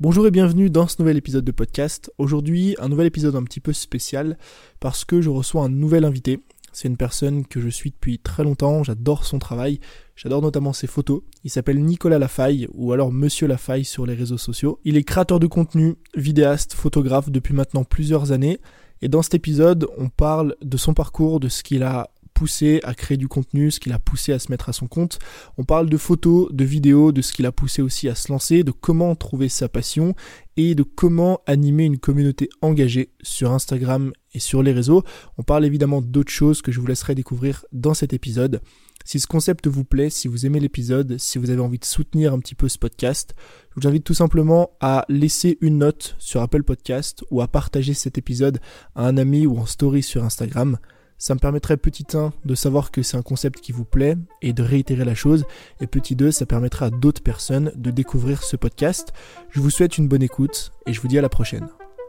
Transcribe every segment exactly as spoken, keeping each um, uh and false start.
Bonjour et bienvenue dans ce nouvel épisode de podcast. Aujourd'hui, un nouvel épisode un petit peu spécial parce que je reçois un nouvel invité. C'est une personne que je suis depuis très longtemps, j'adore son travail, j'adore notamment ses photos. Il s'appelle Nicolas Lafaille, ou alors Monsieur Lafaille sur les réseaux sociaux. Il est créateur de contenu, vidéaste, photographe depuis maintenant plusieurs années. Et dans cet épisode, on parle de son parcours, de ce qu'il a poussé à créer du contenu, ce qu'il a poussé à se mettre à son compte. On parle de photos, de vidéos, de ce qu'il a poussé aussi à se lancer, de comment trouver sa passion et de comment animer une communauté engagée sur Instagram et sur les réseaux. On parle évidemment d'autres choses que je vous laisserai découvrir dans cet épisode. Si ce concept vous plaît, si vous aimez l'épisode, si vous avez envie de soutenir un petit peu ce podcast, je vous invite tout simplement à laisser une note sur Apple Podcast ou à partager cet épisode à un ami ou en story sur Instagram. Ça me permettrait, petit un, de savoir que c'est un concept qui vous plaît et de réitérer la chose. Et petit deux, ça permettra à d'autres personnes de découvrir ce podcast. Je vous souhaite une bonne écoute et je vous dis à la prochaine.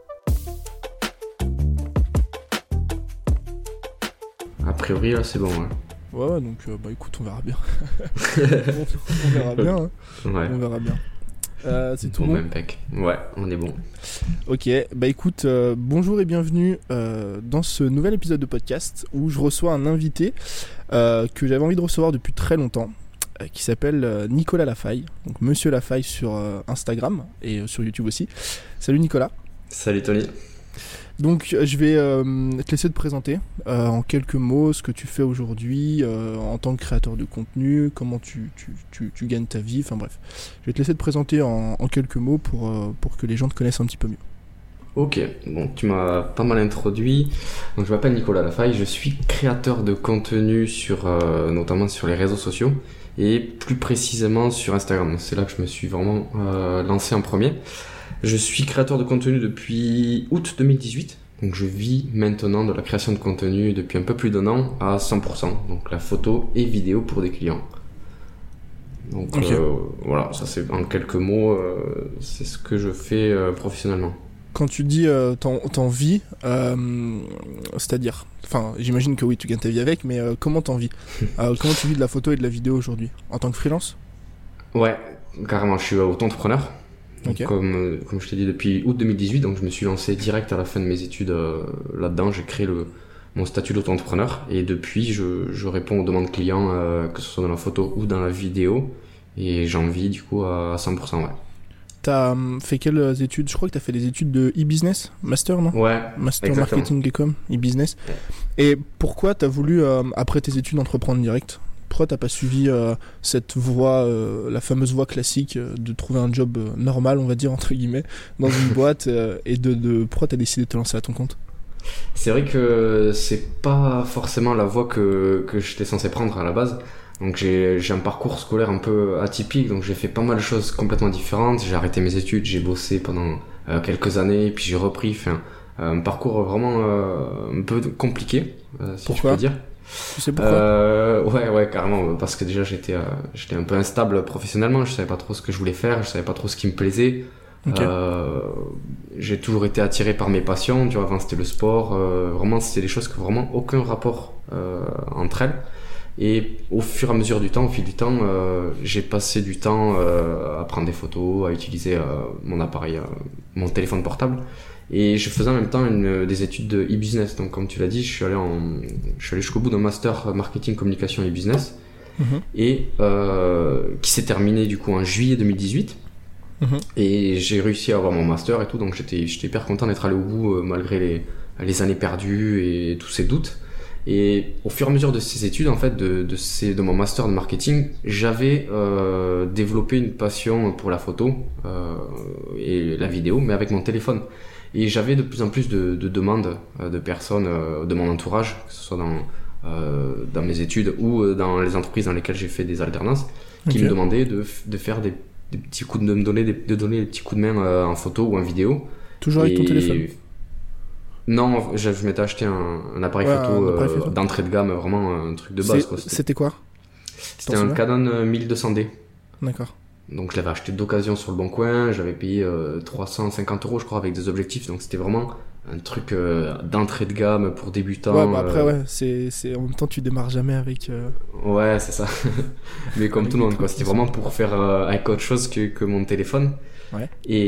A priori, là, c'est bon. Hein. Ouais, ouais, donc euh, bah écoute, on verra bien. on, on verra bien. Hein. Ouais. On verra bien. Euh, c'est tout bon. bon. Même pec. Ouais, on est bon. Ok, bah écoute, euh, bonjour et bienvenue euh, dans ce nouvel épisode de podcast où je reçois un invité euh, que j'avais envie de recevoir depuis très longtemps, euh, qui s'appelle euh, Nicolas Lafaille, donc Monsieur Lafaille sur euh, Instagram et euh, sur YouTube aussi. Salut Nicolas. Salut Tony. Donc je vais euh, te laisser te présenter euh, en quelques mots ce que tu fais aujourd'hui euh, en tant que créateur de contenu, comment tu, tu, tu, tu gagnes ta vie, enfin bref. Je vais te laisser te présenter en, en quelques mots pour, euh, pour que les gens te connaissent un petit peu mieux. Ok, bon, tu m'as pas mal introduit. Donc je m'appelle Nicolas Lafaille, je suis créateur de contenu sur, euh, notamment sur les réseaux sociaux et plus précisément sur Instagram. C'est là que je me suis vraiment euh, lancé en premier. Je suis créateur de contenu depuis août deux mille dix-huit, donc je vis maintenant de la création de contenu depuis un peu plus d'un an à cent pour cent, donc la photo et vidéo pour des clients. Donc okay. euh, voilà, ça c'est en quelques mots, euh, c'est ce que je fais euh, professionnellement. Quand tu dis euh, t'en, t'en vis, euh, c'est-à-dire, enfin j'imagine que oui tu gagnes ta vie avec, mais euh, comment t'en vis euh, Comment tu vis de la photo et de la vidéo aujourd'hui en tant que freelance? Ouais, carrément, je suis auto-entrepreneur. Donc, okay. comme, comme je t'ai dit depuis août deux mille dix-huit, donc je me suis lancé direct à la fin de mes études euh, là-dedans. J'ai créé le, mon statut d'auto-entrepreneur et depuis je, je réponds aux demandes clients, euh, que ce soit dans la photo ou dans la vidéo, et j'en vis du coup à cent pour cent. Ouais. T'as fait quelles études? Je crois que t'as fait des études de e-business, master, non? Ouais. Master exactement. marketing et com, e-business. Ouais. Et pourquoi t'as voulu euh, après tes études entreprendre direct? Pourquoi t'as pas suivi euh, cette voie, euh, la fameuse voie classique euh, de trouver un job euh, normal, on va dire entre guillemets, dans une boîte euh, et de, de pourquoi t'as décidé de te lancer à ton compte? C'est vrai que c'est pas forcément la voie que que j'étais censé prendre à la base. Donc j'ai j'ai un parcours scolaire un peu atypique, donc j'ai fait pas mal de choses complètement différentes. J'ai arrêté mes études, j'ai bossé pendant euh, quelques années, puis j'ai repris. Enfin, un parcours vraiment euh, un peu compliqué, euh, si pourquoi? je peux dire. Tu sais pourquoi? euh, Ouais, ouais, carrément, parce que déjà j'étais, euh, j'étais un peu instable professionnellement, je savais pas trop ce que je voulais faire, je savais pas trop ce qui me plaisait. Okay. Euh, j'ai toujours été attiré par mes passions, tu vois, avant c'était le sport, euh, vraiment c'était des choses qui n'ont vraiment aucun rapport euh, entre elles. Et au fur et à mesure du temps, au fil du temps, euh, j'ai passé du temps euh, à prendre des photos, à utiliser euh, mon appareil, euh, mon téléphone portable. Et je faisais en même temps une, des études de e-business. Donc, comme tu l'as dit, je suis allé, en, je suis allé jusqu'au bout d'un master marketing, communication et business. Mm-hmm. Et euh, qui s'est terminé du coup en juillet deux mille dix-huit. Mm-hmm. Et j'ai réussi à avoir mon master et tout. Donc, j'étais, j'étais hyper content d'être allé au bout euh, malgré les, les années perdues et tous ces doutes. Et au fur et à mesure de ces études, en fait, de, de, ces, de mon master de marketing, j'avais euh, développé une passion pour la photo euh, et la vidéo, mais avec mon téléphone. Et j'avais de plus en plus de, de demandes euh, de personnes euh, de mon entourage, que ce soit dans, euh, dans mes études ou dans les entreprises dans lesquelles j'ai fait des alternances, qui okay. me demandaient de, de faire des, des petits coups de, de me donner des, de donner des petits coups de main euh, en photo ou en vidéo. Toujours avec et... ton téléphone? Non, je, je m'étais acheté un, un appareil ouais, photo, un appareil euh, photo d'entrée de gamme, vraiment un truc de base. C'est, quoi. C'était, c'était quoi? C'était un Canon mille deux cents D. D'accord. Donc je l'avais acheté d'occasion sur le bon coin, j'avais payé euh, trois cent cinquante euros je crois avec des objectifs, donc c'était vraiment un truc euh, d'entrée de gamme pour débutants. Ouais, bah après euh... ouais, c'est, c'est en même temps tu démarres jamais avec... Euh... Ouais, c'est ça. Mais comme tout le monde quoi, c'était vraiment pour faire euh, avec autre chose que, que mon téléphone. Ouais.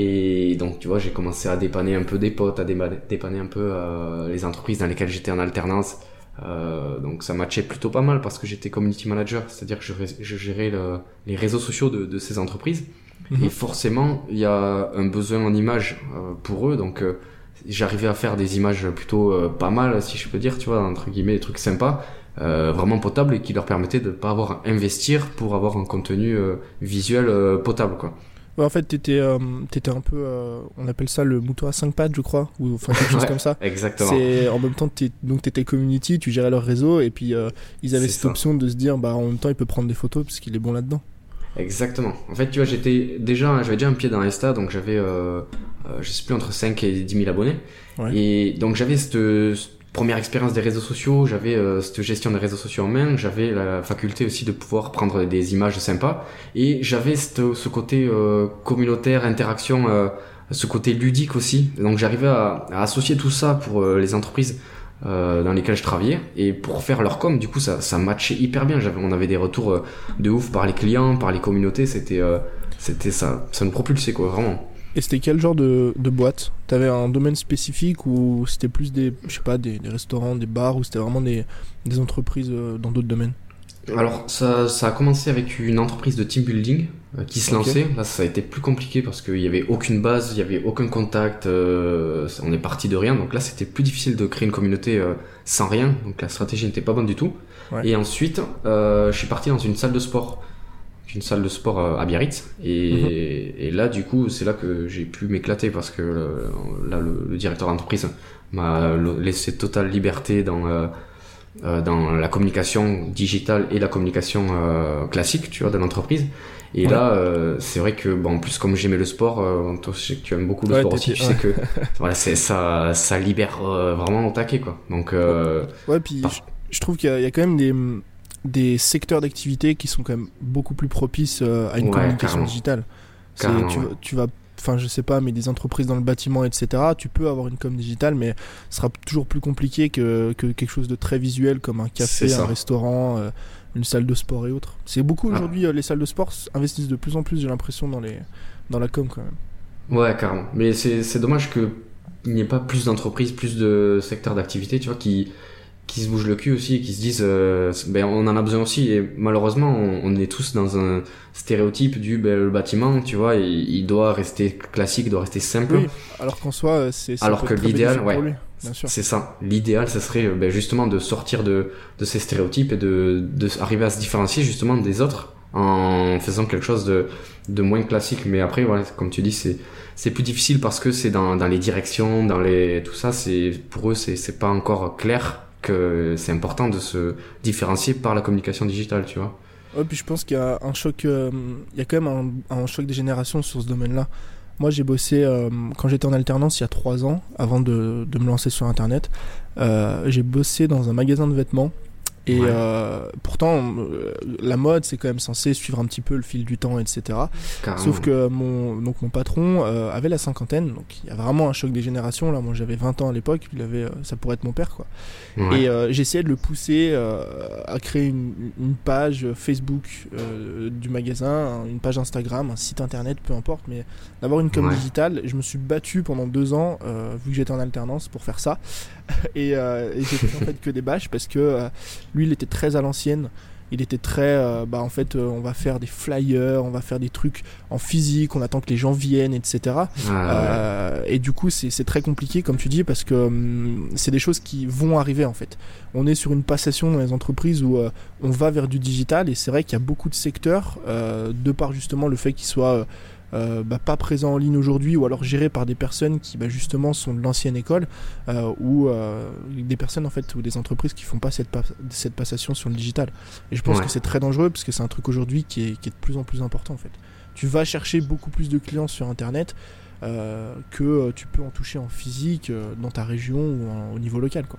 Et donc, tu vois, j'ai commencé à dépanner un peu des potes, à déma- dépanner un peu euh, les entreprises dans lesquelles j'étais en alternance. Euh, donc, ça matchait plutôt pas mal parce que j'étais community manager, c'est-à-dire que je, ré- je gérais le, les réseaux sociaux de, de ces entreprises. Mhm. Et forcément, il y a un besoin en images euh, pour eux. Donc, euh, j'arrivais à faire des images plutôt euh, pas mal, si je peux dire, tu vois, entre guillemets, des trucs sympas. Euh, vraiment potable et qui leur permettait de pas avoir à investir pour avoir un contenu euh, visuel euh, potable, quoi. Ouais, en fait, t'étais, euh, t'étais un peu, euh, on appelle ça le mouton à cinq pattes, je crois, ou enfin quelque chose Ouais, comme ça. exactement. C'est en même temps, t'es, donc t'étais community, tu gérais leur réseau, et puis euh, ils avaient C'est cette ça. option de se dire, bah en même temps, il peut prendre des photos parce qu'il est bon là-dedans. Exactement. En fait, tu vois, j'étais déjà, j'avais déjà un pied dans Insta, donc j'avais, euh, euh, je sais plus, entre cinq et dix mille abonnés. Ouais. Et donc j'avais cette, cette première expérience des réseaux sociaux, j'avais euh, cette gestion des réseaux sociaux en main, j'avais la faculté aussi de pouvoir prendre des images sympas, et j'avais cette, ce côté euh, communautaire, interaction, euh, ce côté ludique aussi. Donc j'arrivais à, à associer tout ça pour euh, les entreprises euh, dans lesquelles je travaillais, et pour faire leur com, du coup ça, ça matchait hyper bien. J'avais, on avait des retours euh, de ouf par les clients, par les communautés, c'était, euh, c'était ça, ça nous propulsait, quoi, vraiment. Et c'était quel genre de, de boîte? T'avais un domaine spécifique ou c'était plus des, je sais pas, des, des restaurants, des bars, ou c'était vraiment des, des entreprises euh, dans d'autres domaines? Alors ça, ça a commencé avec une entreprise de team building euh, qui se Ok. lançait. Là, ça a été plus compliqué parce qu'il y avait aucune base, il y avait aucun contact, euh, on est parti de rien. Donc là, c'était plus difficile de créer une communauté euh, sans rien. Donc la stratégie n'était pas bonne du tout. Ouais. Et ensuite, euh, je suis parti dans une salle de sport, une salle de sport euh, à Biarritz. Et, Mhm. et là, du coup, c'est là que j'ai pu m'éclater parce que euh, là, le, le directeur d'entreprise m'a laissé totale liberté dans euh, euh, dans la communication digitale et la communication euh, classique, tu vois, de l'entreprise. Et Ouais. là, euh, c'est vrai que, bon, en plus, comme j'aimais le sport, euh, toi, je sais que tu aimes beaucoup le Ouais, sport aussi, t'étais- tu sais que, voilà, c'est, ça, ça libère euh, vraiment au taquet, quoi. Donc, euh, Ouais, puis par- je, je trouve qu'il y a, il y a quand même des, des secteurs d'activité qui sont quand même beaucoup plus propices euh, à une Ouais, communication carrément. digitale. C'est, Carrément, tu, ouais. vas- tu vas, enfin, je sais pas, mais des entreprises dans le bâtiment, et cetera. Tu peux avoir une com digitale, mais ce sera toujours plus compliqué que, que quelque chose de très visuel comme un café, C'est ça. un restaurant, euh, une salle de sport et autres. C'est beaucoup Ah. aujourd'hui, euh, les salles de sport investissent de plus en plus, j'ai l'impression, dans, les, dans la com quand même. Ouais, carrément. Mais c'est, c'est dommage que il n'y ait pas plus d'entreprises, plus de secteurs d'activité, tu vois, qui, qui se bougent le cul aussi et qui se disent, euh, ben, on en a besoin aussi. Et malheureusement, on, on est tous dans un stéréotype du, ben, le bâtiment, tu vois, il, il doit rester classique, il doit rester simple. Oui, alors qu'en soi, euh, c'est ça Alors peut que être très l'idéal, bénéfique pour ouais. lui, bien sûr. C'est ça. L'idéal, ça serait euh, ben, justement de sortir de, de ces stéréotypes et de, de arriver à se différencier justement des autres en faisant quelque chose de, de moins classique. Mais après, voilà, comme tu dis, c'est, c'est plus difficile parce que c'est dans, dans les directions, dans les, tout ça, c'est, pour eux, c'est, c'est pas encore clair que c'est important de se différencier par la communication digitale, tu vois. Ouais, puis je pense qu'il y a un choc, euh, il y a quand même un, un choc des générations sur ce domaine-là. Moi, j'ai bossé euh, quand j'étais en alternance il y a trois ans, avant de, de me lancer sur Internet. Euh, j'ai bossé dans un magasin de vêtements. Et Ouais. euh, pourtant, euh, la mode, c'est quand même censé suivre un petit peu le fil du temps, et cetera. Carrément. Sauf que mon, donc mon patron euh, avait la cinquantaine, donc il y a vraiment un choc des générations. Là, moi, j'avais vingt ans à l'époque, il avait, euh, ça pourrait être mon père, quoi. Ouais. Et euh, j'essayais de le pousser euh, à créer une, une page Facebook euh, du magasin, une page Instagram, un site internet, peu importe, mais d'avoir une com Ouais. digitale. Je me suis battu pendant deux ans, euh, vu que j'étais en alternance, pour faire ça. et euh, et j'ai fait en fait que des bâches parce que euh, lui, il était très à l'ancienne. Il était très, euh, bah en fait, euh, on va faire des flyers, on va faire des trucs en physique, on attend que les gens viennent, et cetera. Ah, ouais. Euh, et du coup, c'est c'est très compliqué, comme tu dis, parce que hum, c'est des choses qui vont arriver en fait. On est sur une passation dans les entreprises où euh, on va vers du digital, et c'est vrai qu'il y a beaucoup de secteurs, euh, de par justement le fait qu'ils soient euh, euh, bah, pas présents en ligne aujourd'hui, ou alors gérés par des personnes qui bah, justement sont de l'ancienne école, euh, ou euh, des personnes en fait, ou des entreprises qui font pas cette, pa- cette passation sur le digital. Et je pense Ouais. que c'est très dangereux, parce que c'est un truc aujourd'hui qui est, qui est de plus en plus important en fait. Tu vas chercher beaucoup plus de clients sur Internet euh, que euh, tu peux en toucher en physique euh, dans ta région ou en- au niveau local, quoi.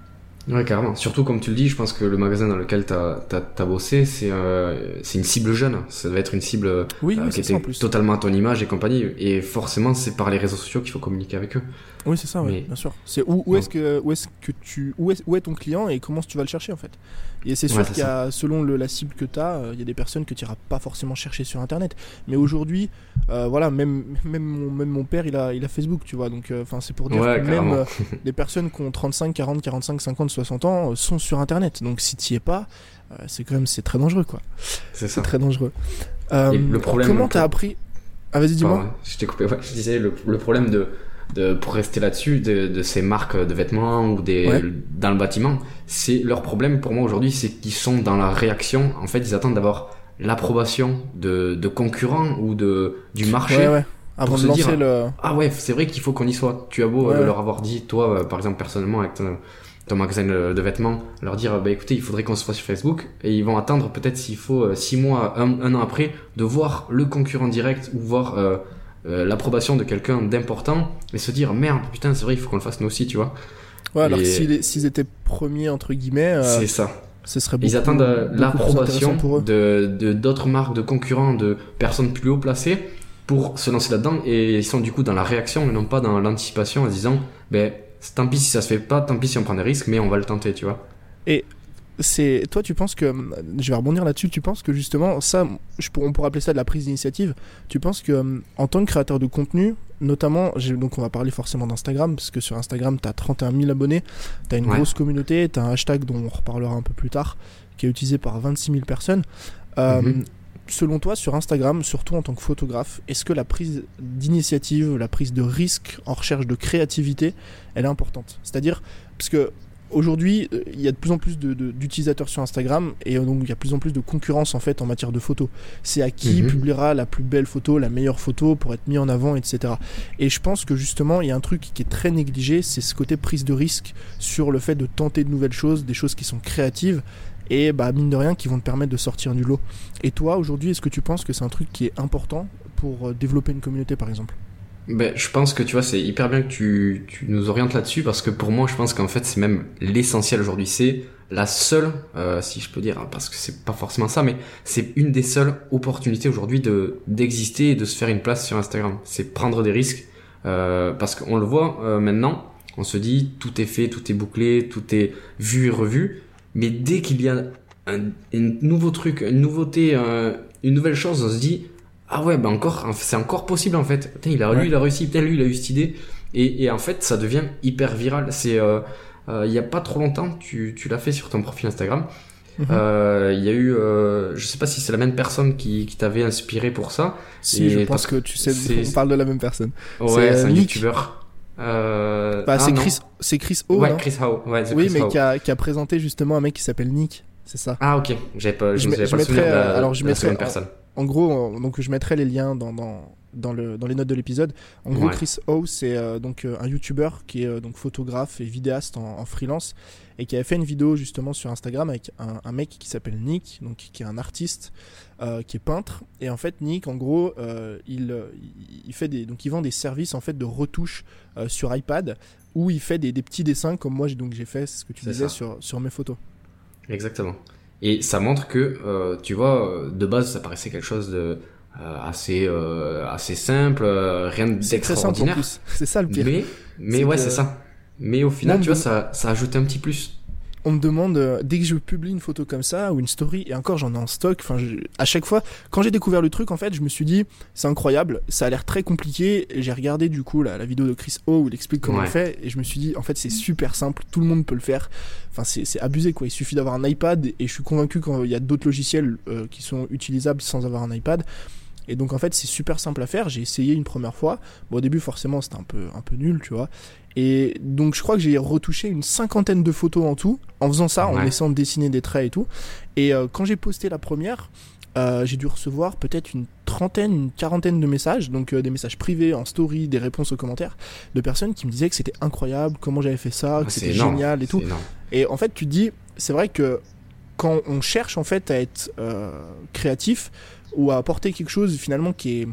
Ouais, carrément. Surtout, comme tu le dis, je pense que le magasin dans lequel t'as, t'as, t'as bossé, c'est, euh, c'est une cible jeune. Ça doit être une cible oui, euh, oui, qui était ça, en plus. totalement à ton image et compagnie. Et forcément, c'est par les réseaux sociaux qu'il faut communiquer avec eux. Oui, c'est ça, Mais... ouais, bien sûr. C'est où, où est-ce que, où est-ce que tu, où est, où est ton client et comment tu vas le chercher en fait. Et c'est sûr Ouais, c'est qu'il y a, selon le, la cible que tu as, il y a des personnes que tu iras pas forcément chercher sur Internet. Mais aujourd'hui, euh, voilà, même, même, mon, même mon père, il a, il a Facebook, tu vois. Donc, enfin, euh, c'est pour dire ouais, que carrément. même euh, des personnes qui ont trente-cinq, quarante, quarante-cinq, cinquante, soixante ans euh, sont sur Internet. Donc, si tu y es pas, euh, c'est quand même, c'est très dangereux, quoi. C'est ça. C'est très dangereux. Euh, Et le problème, comment t'as appris Ah, vas-y, dis-moi. Enfin, je t'ai coupé. Ouais, je disais le, le problème de De, pour rester là-dessus, de, de ces marques de vêtements ou des, ouais. dans le bâtiment, c'est leur problème pour moi aujourd'hui, c'est qu'ils sont dans la réaction. En fait, ils attendent d'avoir l'approbation de, de concurrents ou de, du marché. Ouais, ouais. Avant pour de se lancer dire, le... ah ouais, c'est vrai qu'il faut qu'on y soit. Tu as beau ouais, euh, ouais. leur avoir dit, toi, euh, par exemple, personnellement, avec ton, ton magasin de vêtements, leur dire, bah écoutez, il faudrait qu'on se fasse sur Facebook, et ils vont attendre peut-être s'il faut euh, six mois, un, un an après, de voir le concurrent direct ou voir euh, Euh, l'approbation de quelqu'un d'important et se dire merde putain c'est vrai il faut qu'on le fasse nous aussi tu vois. Ouais, alors et... s'ils, s'ils étaient premiers entre guillemets euh, c'est ça, ce serait beaucoup, ils attendent euh, beaucoup l'approbation pour eux. de, de d'autres marques de concurrents, de personnes plus haut placées pour se lancer là-dedans, et ils sont du coup dans la réaction et non pas dans l'anticipation en se disant ben tant pis si ça se fait pas, tant pis si on prend des risques, mais on va le tenter tu vois. Et c'est toi, tu penses que, je vais rebondir là-dessus, tu penses que justement ça, je pour, on pourrait appeler ça de la prise d'initiative, tu penses que en tant que créateur de contenu, notamment, j'ai, donc on va parler forcément d'Instagram, parce que sur Instagram t'as trente et un mille abonnés, t'as une ouais. grosse communauté, t'as un hashtag dont on reparlera un peu plus tard, qui est utilisé par vingt-six mille personnes. euh, mm-hmm. Selon toi, sur Instagram, surtout en tant que photographe, est-ce que la prise d'initiative, la prise de risque en recherche de créativité, elle est importante? C'est-à-dire, parce que aujourd'hui, il y a de plus en plus de, de, d'utilisateurs sur Instagram, et donc il y a de plus en plus de concurrence en fait en matière de photos. C'est à qui mmh. publiera la plus belle photo, la meilleure photo pour être mis en avant, et cetera. Et je pense que justement, il y a un truc qui est très négligé, c'est ce côté prise de risque sur le fait de tenter de nouvelles choses, des choses qui sont créatives, et bah mine de rien qui vont te permettre de sortir du lot. Et toi, aujourd'hui, est-ce que tu penses que c'est un truc qui est important pour développer une communauté, par exemple? Ben, je pense que tu vois, c'est hyper bien que tu, tu nous orientes là-dessus, parce que pour moi, je pense qu'en fait, c'est même l'essentiel aujourd'hui. C'est la seule, euh, si je peux dire, parce que c'est pas forcément ça, mais c'est une des seules opportunités aujourd'hui de, d'exister et de se faire une place sur Instagram. C'est prendre des risques, euh, parce qu'on le voit euh, maintenant, on se dit, tout est fait, tout est bouclé, tout est vu et revu, mais dès qu'il y a un, un nouveau truc, une nouveauté, euh, une nouvelle chose, on se dit, ah ouais, bah encore, c'est encore possible en fait. Putain, il a, ouais. lui, il a réussi, peut-être lui, il a eu cette idée. Et, et en fait, ça devient hyper viral. C'est, euh, euh, il y a pas trop longtemps, tu, tu l'as fait sur ton profil Instagram. Mm-hmm. Euh, il y a eu, euh, je sais pas si c'est la même personne qui, qui t'avait inspiré pour ça. Si, et je pense que tu sais, on parle de la même personne. Ouais, c'est, c'est un Nick. youtubeur. Euh... Bah, ah, c'est non. Chris, c'est Chris O. Ouais, non Chris Howe. Ouais, c'est oui, Chris mais Howe. qui a, qui a présenté justement un mec qui s'appelle Nick. C'est ça. Ah ok, j'avais pas, je, je, j'avais je pas le souvenir de la, alors je de la mettrais seconde personne. En, en gros, donc je mettrai les liens dans dans dans le dans les notes de l'épisode. En gros, ouais. Chris O, c'est euh, donc euh, un YouTuber qui est euh, donc photographe et vidéaste en, en freelance, et qui avait fait une vidéo justement sur Instagram avec un, un mec qui s'appelle Nick, donc qui est un artiste, euh, qui est peintre. Et en fait, Nick, en gros, euh, il il fait des donc il vend des services en fait de retouche euh, sur iPad, où il fait des, des petits dessins comme moi j'ai donc j'ai fait, c'est ce que tu c'est disais ça. sur sur mes photos. Exactement. Et ça montre que, euh, tu vois, de base, ça paraissait quelque chose de euh, assez euh, assez simple, euh, rien c'est d'extraordinaire. Très simple en plus. C'est ça le pire. Mais mais c'est ouais, que... c'est ça. Mais au final, Moi, tu vois, ça ça ajoute un petit plus. On me demande, euh, dès que je publie une photo comme ça, ou une story, et encore j'en ai en stock, enfin, à chaque fois, quand j'ai découvert le truc, en fait, je me suis dit, c'est incroyable, ça a l'air très compliqué, et j'ai regardé du coup la, la vidéo de Chris O où il explique comment ouais. il fait, et je me suis dit, en fait, c'est super simple, tout le monde peut le faire, enfin, c'est, c'est abusé quoi, il suffit d'avoir un iPad, et je suis convaincu qu'il y a d'autres logiciels euh, qui sont utilisables sans avoir un iPad. Et donc en fait c'est super simple à faire, j'ai essayé une première fois, bon au début forcément c'était un peu, un peu nul tu vois, et donc je crois que j'ai retouché une cinquantaine de photos en tout, en faisant ça, ouais. en essayant de dessiner des traits et tout, et euh, quand j'ai posté la première, euh, j'ai dû recevoir peut-être une trentaine, une quarantaine de messages, donc euh, des messages privés en story, des réponses aux commentaires, de personnes qui me disaient que c'était incroyable, comment j'avais fait ça, que ah, c'était énorme. génial et tout, énorme. Et en fait tu te dis, c'est vrai que quand on cherche en fait à être euh, créatif, ou à apporter quelque chose finalement qui est,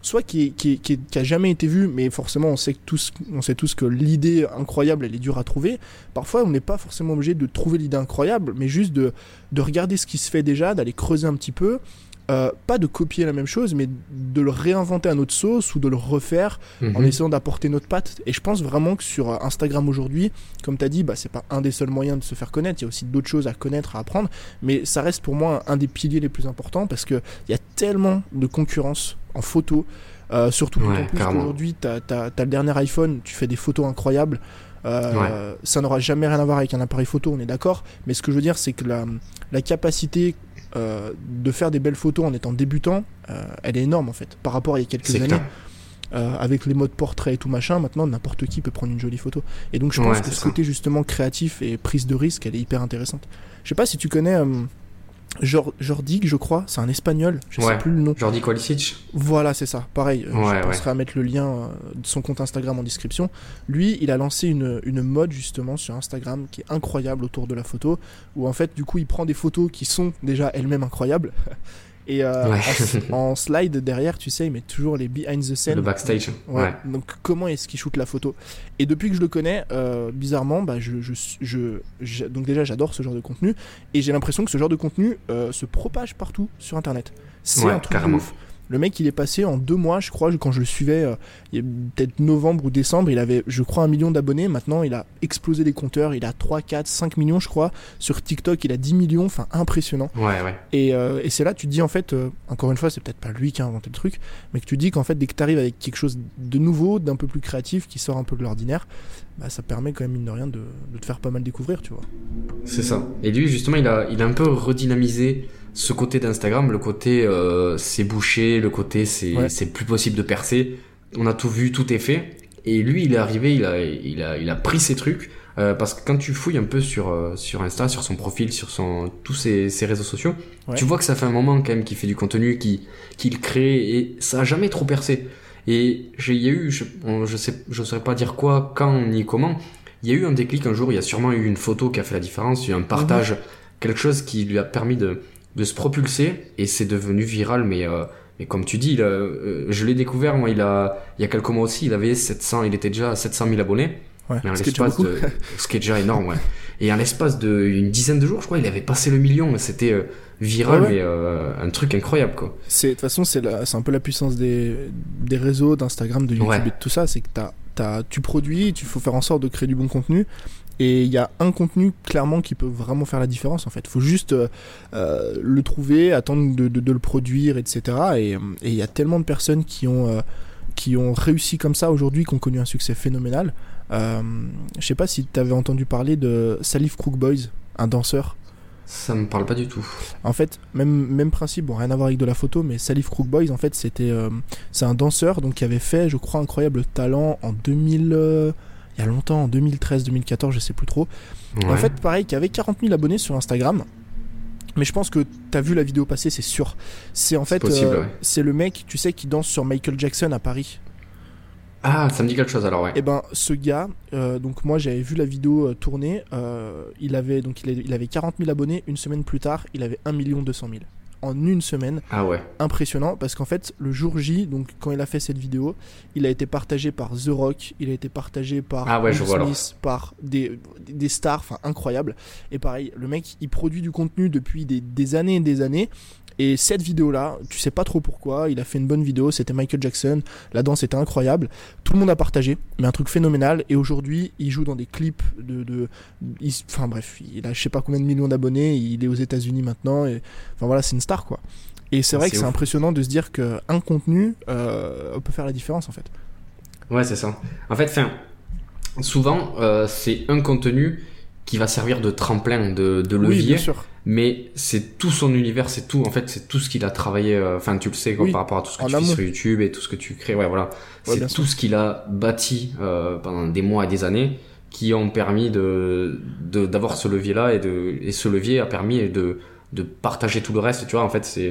soit qui, est, qui, est, qui, est, qui a jamais été vu, mais forcément on sait, que tous, on sait tous que l'idée incroyable elle est dure à trouver. Parfois on n'est pas forcément obligé de trouver l'idée incroyable, mais juste de, de regarder ce qui se fait déjà, d'aller creuser un petit peu. Euh, pas de copier la même chose, mais de le réinventer à notre sauce ou de le refaire mm-hmm. en essayant d'apporter notre patte. Et je pense vraiment que sur Instagram aujourd'hui, comme tu as dit, bah, c'est pas un des seuls moyens de se faire connaître, il y a aussi d'autres choses à connaître, à apprendre, mais ça reste pour moi un des piliers les plus importants parce qu'il y a tellement de concurrence en photo, euh, surtout ouais, en plus carrément. qu'aujourd'hui tu as le dernier iPhone, tu fais des photos incroyables. Euh, ouais. Ça n'aura jamais rien à voir avec un appareil photo, on est d'accord, mais ce que je veux dire c'est que la, la capacité Euh, de faire des belles photos en étant débutant, euh, elle est énorme en fait par rapport à il y a quelques c'est années euh, avec les modes portrait et tout machin. Maintenant n'importe qui peut prendre une jolie photo et donc je pense ouais, que ce ça. côté justement créatif et prise de risque elle est hyper intéressante. Je sais pas si tu connais euh, Jordi, je crois, c'est un espagnol, je ouais. sais plus le nom. Jordi Kovacic. Voilà, c'est ça. Pareil, ouais, je penserai ouais. à mettre le lien euh, de son compte Instagram en description. Lui, il a lancé une, une mode justement sur Instagram qui est incroyable autour de la photo, où en fait, du coup, il prend des photos qui sont déjà elles-mêmes incroyables. Et euh, ouais. en, en slide derrière, tu sais, il met toujours les behind the scene. Le backstage. Ouais. ouais. Donc comment est-ce qu'il shoot la photo ? Et depuis que je le connais, euh, bizarrement, bah, je, je, je, je, donc déjà j'adore ce genre de contenu et j'ai l'impression que ce genre de contenu euh, se propage partout sur Internet. C'est ouais, un truc carrément. de ouf. Le mec, il est passé en deux mois, je crois, quand je le suivais, euh, il y a peut-être novembre ou décembre, il avait, je crois, un million d'abonnés. Maintenant, il a explosé les compteurs. Il a trois, quatre, cinq millions, je crois. Sur TikTok, il a dix millions. Enfin, impressionnant. Ouais, ouais. Et, euh, et c'est là, tu te dis, en fait, euh, encore une fois, c'est peut-être pas lui qui a inventé le truc, mais que tu dis qu'en fait, dès que tu arrives avec quelque chose de nouveau, d'un peu plus créatif, qui sort un peu de l'ordinaire, bah, ça permet quand même, mine de rien, de, de te faire pas mal découvrir, tu vois. C'est ça. Et lui, justement, il a, il a un peu redynamisé ce côté d'Instagram, le côté euh, c'est bouché, le côté c'est ouais. c'est plus possible de percer. On a tout vu, tout est fait. Et lui, il est arrivé, il a il a il a pris ces trucs euh, parce que quand tu fouilles un peu sur euh, sur Insta, sur son profil, sur son tous ses, ses réseaux sociaux, ouais. tu vois que ça fait un moment quand même qu'il fait du contenu, qu'il qu'il crée et ça a jamais trop percé. Et j'ai il y a eu je je sais je saurais pas dire quoi, quand ni comment. Il y a eu un déclic un jour, il y a sûrement eu une photo qui a fait la différence, il y a eu un partage, mmh. quelque chose qui lui a permis de de se propulser et c'est devenu viral mais euh, mais comme tu dis il a, euh, je l'ai découvert moi il a il y a quelques mois aussi il avait sept cents il était déjà à sept cent mille abonnés ouais, mais en ce, l'espace qui de, ce qui est déjà énorme ouais et en l'espace d'une dizaine de jours je crois il avait passé le million c'était euh, viral ouais, ouais. mais euh, un truc incroyable quoi. C'est de toute façon c'est la, c'est un peu la puissance des des réseaux d'Instagram, de YouTube ouais. et de tout ça, c'est que t'as t'as tu produis, tu faut faire en sorte de créer du bon contenu. Et il y a un contenu clairement qui peut vraiment faire la différence en fait. Il faut juste euh, euh, le trouver, attendre de, de, de le produire, et cetera. Et il y a tellement de personnes qui ont, euh, qui ont réussi comme ça aujourd'hui, qui ont connu un succès phénoménal. Euh, je sais pas si tu avais entendu parler de Salif Crook Boys, un danseur. Ça me parle pas du tout. En fait, même, même principe, bon, rien à voir avec de la photo, mais Salif Crook Boys, en fait, c'était, euh, c'est un danseur donc, qui avait fait, je crois, Incroyable Talent en deux mille... Euh, il y a longtemps, en deux mille treize deux mille quatorze, je sais plus trop. Ouais. En fait, pareil, qui avait quarante mille abonnés sur Instagram. Mais je pense que t'as vu la vidéo passer, c'est sûr. C'est en fait, possible, euh, ouais. c'est le mec, tu sais, qui danse sur Michael Jackson à Paris. Ah, ça me dit quelque chose alors, ouais. Et ben, ce gars, euh, donc moi j'avais vu la vidéo euh, tourner. Euh, il avait donc il avait, il avait quarante mille abonnés. Une semaine plus tard, il avait un million deux cent mille. En une semaine. Ah ouais. Impressionnant parce qu'en fait le jour J, donc quand il a fait cette vidéo, il a été partagé par The Rock, il a été partagé par ah ouais, Will je vois Smith, par des, des stars, enfin incroyable. Et pareil, le mec il produit du contenu depuis des, des années et des années. Et cette vidéo-là, tu sais pas trop pourquoi, il a fait une bonne vidéo, c'était Michael Jackson, la danse était incroyable, tout le monde a partagé, mais un truc phénoménal, et aujourd'hui, il joue dans des clips de... de il, enfin bref, il a je sais pas combien de millions d'abonnés, il est aux États-Unis maintenant, et enfin voilà, c'est une star quoi. Et c'est vrai c'est que c'est ouf. Impressionnant de se dire qu'un contenu euh, peut faire la différence en fait. Ouais, c'est ça. En fait, fin, souvent, euh, c'est un contenu qui va servir de tremplin, de, de levier. Oui, bien sûr. Mais c'est tout son univers, c'est tout, en fait, c'est tout ce qu'il a travaillé, enfin, euh, tu le sais, quoi, oui, par rapport à tout ce que tu fais sur YouTube et tout ce que tu crées, ouais, voilà. Ouais, c'est tout sûr. Ce qu'il a bâti, euh, pendant des mois et des années, qui ont permis de, de, d'avoir ce levier-là et de, et ce levier a permis de, de partager tout le reste, tu vois, en fait, c'est,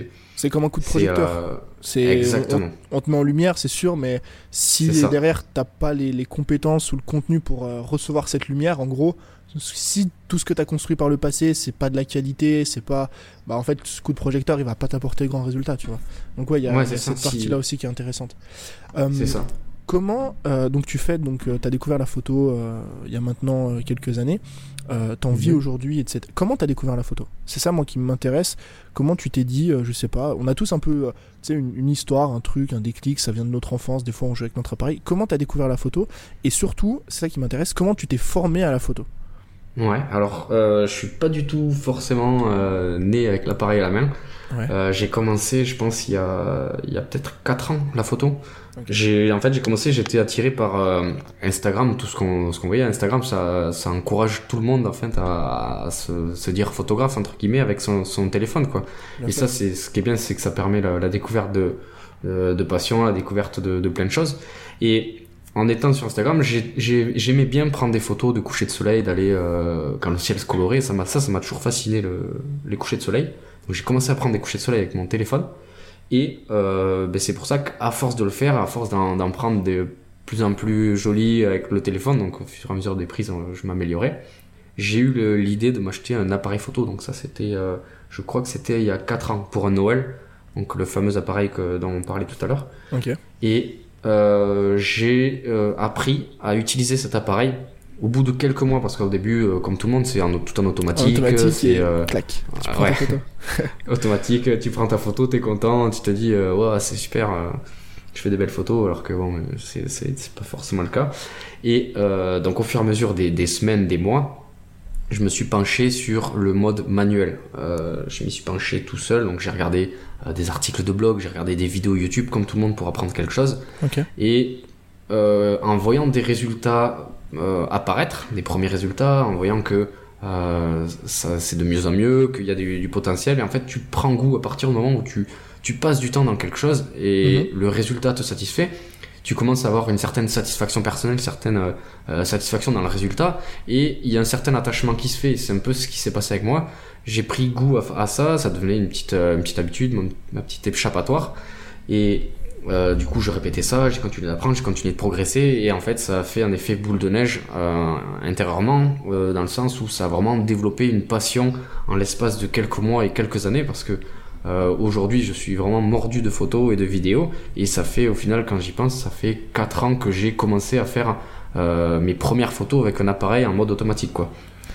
C'est comme un coup de projecteur. Euh... C'est, Exactement. On, on te met en lumière, c'est sûr, mais si derrière t'as pas les, les compétences ou le contenu pour euh, recevoir cette lumière, en gros, si tout ce que t'as construit par le passé, c'est pas de la qualité, c'est pas, bah en fait, ce coup de projecteur, il va pas t'apporter grand résultat, tu vois. Donc ouais, il y a, ouais, y a cette partie-là si... aussi qui est intéressante. Euh, c'est ça. Comment euh, donc tu fais donc euh, t'as découvert la photo euh, il y a maintenant euh, quelques années, euh, t'en vis mmh. aujourd'hui, et cetera. Comment t'as découvert la photo? C'est ça moi qui m'intéresse. Comment tu t'es dit, euh, je sais pas, on a tous un peu, euh, tu sais, une, une histoire, un truc, un déclic, ça vient de notre enfance. Des fois on joue avec notre appareil. Comment t'as découvert la photo? Et surtout, c'est ça qui m'intéresse, comment tu t'es formé à la photo? Ouais, alors euh, je suis pas du tout forcément euh, né avec l'appareil à la main. Ouais. Euh, j'ai commencé, je pense, il y a, il y a peut-être quatre ans, la photo. Okay. J'ai, en fait, j'ai commencé, j'étais attiré par euh, Instagram, tout ce qu'on, ce qu'on voyait. Instagram, ça, ça encourage tout le monde, en fait, à, à se, se dire photographe, entre guillemets, avec son, son téléphone, quoi. Bien Et fait. ça, c'est, ce qui est bien, c'est que ça permet la, la découverte de, de, de passion, la découverte de, de plein de choses. Et en étant sur Instagram, j'ai, j'ai, j'aimais bien prendre des photos de coucher de soleil, d'aller euh, quand le ciel se colorait. Ça m'a, ça, ça m'a toujours fasciné le, les couchers de soleil. Donc j'ai commencé à prendre des couchers de soleil avec mon téléphone. Et euh, ben c'est pour ça qu'à force de le faire, à force d'en, d'en prendre de plus en plus jolis avec le téléphone, donc au fur et à mesure des prises, je m'améliorais. J'ai eu le, l'idée de m'acheter un appareil photo. Donc ça, c'était, euh, je crois que c'était il y a quatre ans pour un Noël. Donc le fameux appareil que, dont on parlait tout à l'heure. Okay. Et Euh, j'ai euh, appris à utiliser cet appareil au bout de quelques mois, parce qu'au début, euh, comme tout le monde, c'est en, tout en automatique. En automatique c'est, et euh, clac, tu euh, prends ouais. ta photo. Automatique, tu prends ta photo, t'es content, tu te dis euh, ouais, c'est super, euh, je fais des belles photos, alors que bon, c'est, c'est, c'est pas forcément le cas. Et euh, donc au fur et à mesure des, des semaines, des mois, je me suis penché sur le mode manuel. Euh, je m'y suis penché tout seul, donc j'ai regardé euh, des articles de blog, j'ai regardé des vidéos YouTube, comme tout le monde pour apprendre quelque chose. Okay. Et euh, en voyant des résultats euh, apparaître, des premiers résultats, en voyant que euh, ça, c'est de mieux en mieux, qu'il y a du, du potentiel, et en fait tu prends goût à partir du moment où tu, tu passes du temps dans quelque chose et mm-hmm. le résultat te satisfait. Tu commences à avoir une certaine satisfaction personnelle, une certaine euh, satisfaction dans le résultat, et il y a un certain attachement qui se fait. C'est un peu ce qui s'est passé avec moi. J'ai pris goût à, à ça, ça devenait une petite, euh, une petite habitude, mon, ma petite échappatoire. Et euh, du coup, je répétais ça, j'ai continué d'apprendre, j'ai continué de progresser, et en fait, ça a fait un effet boule de neige euh, intérieurement, euh, dans le sens où ça a vraiment développé une passion en l'espace de quelques mois et quelques années, parce que Euh, aujourd'hui, je suis vraiment mordu de photos et de vidéos, et ça fait, au final, quand j'y pense, ça fait quatre ans que j'ai commencé à faire euh, mes premières photos avec un appareil en mode automatique, quoi.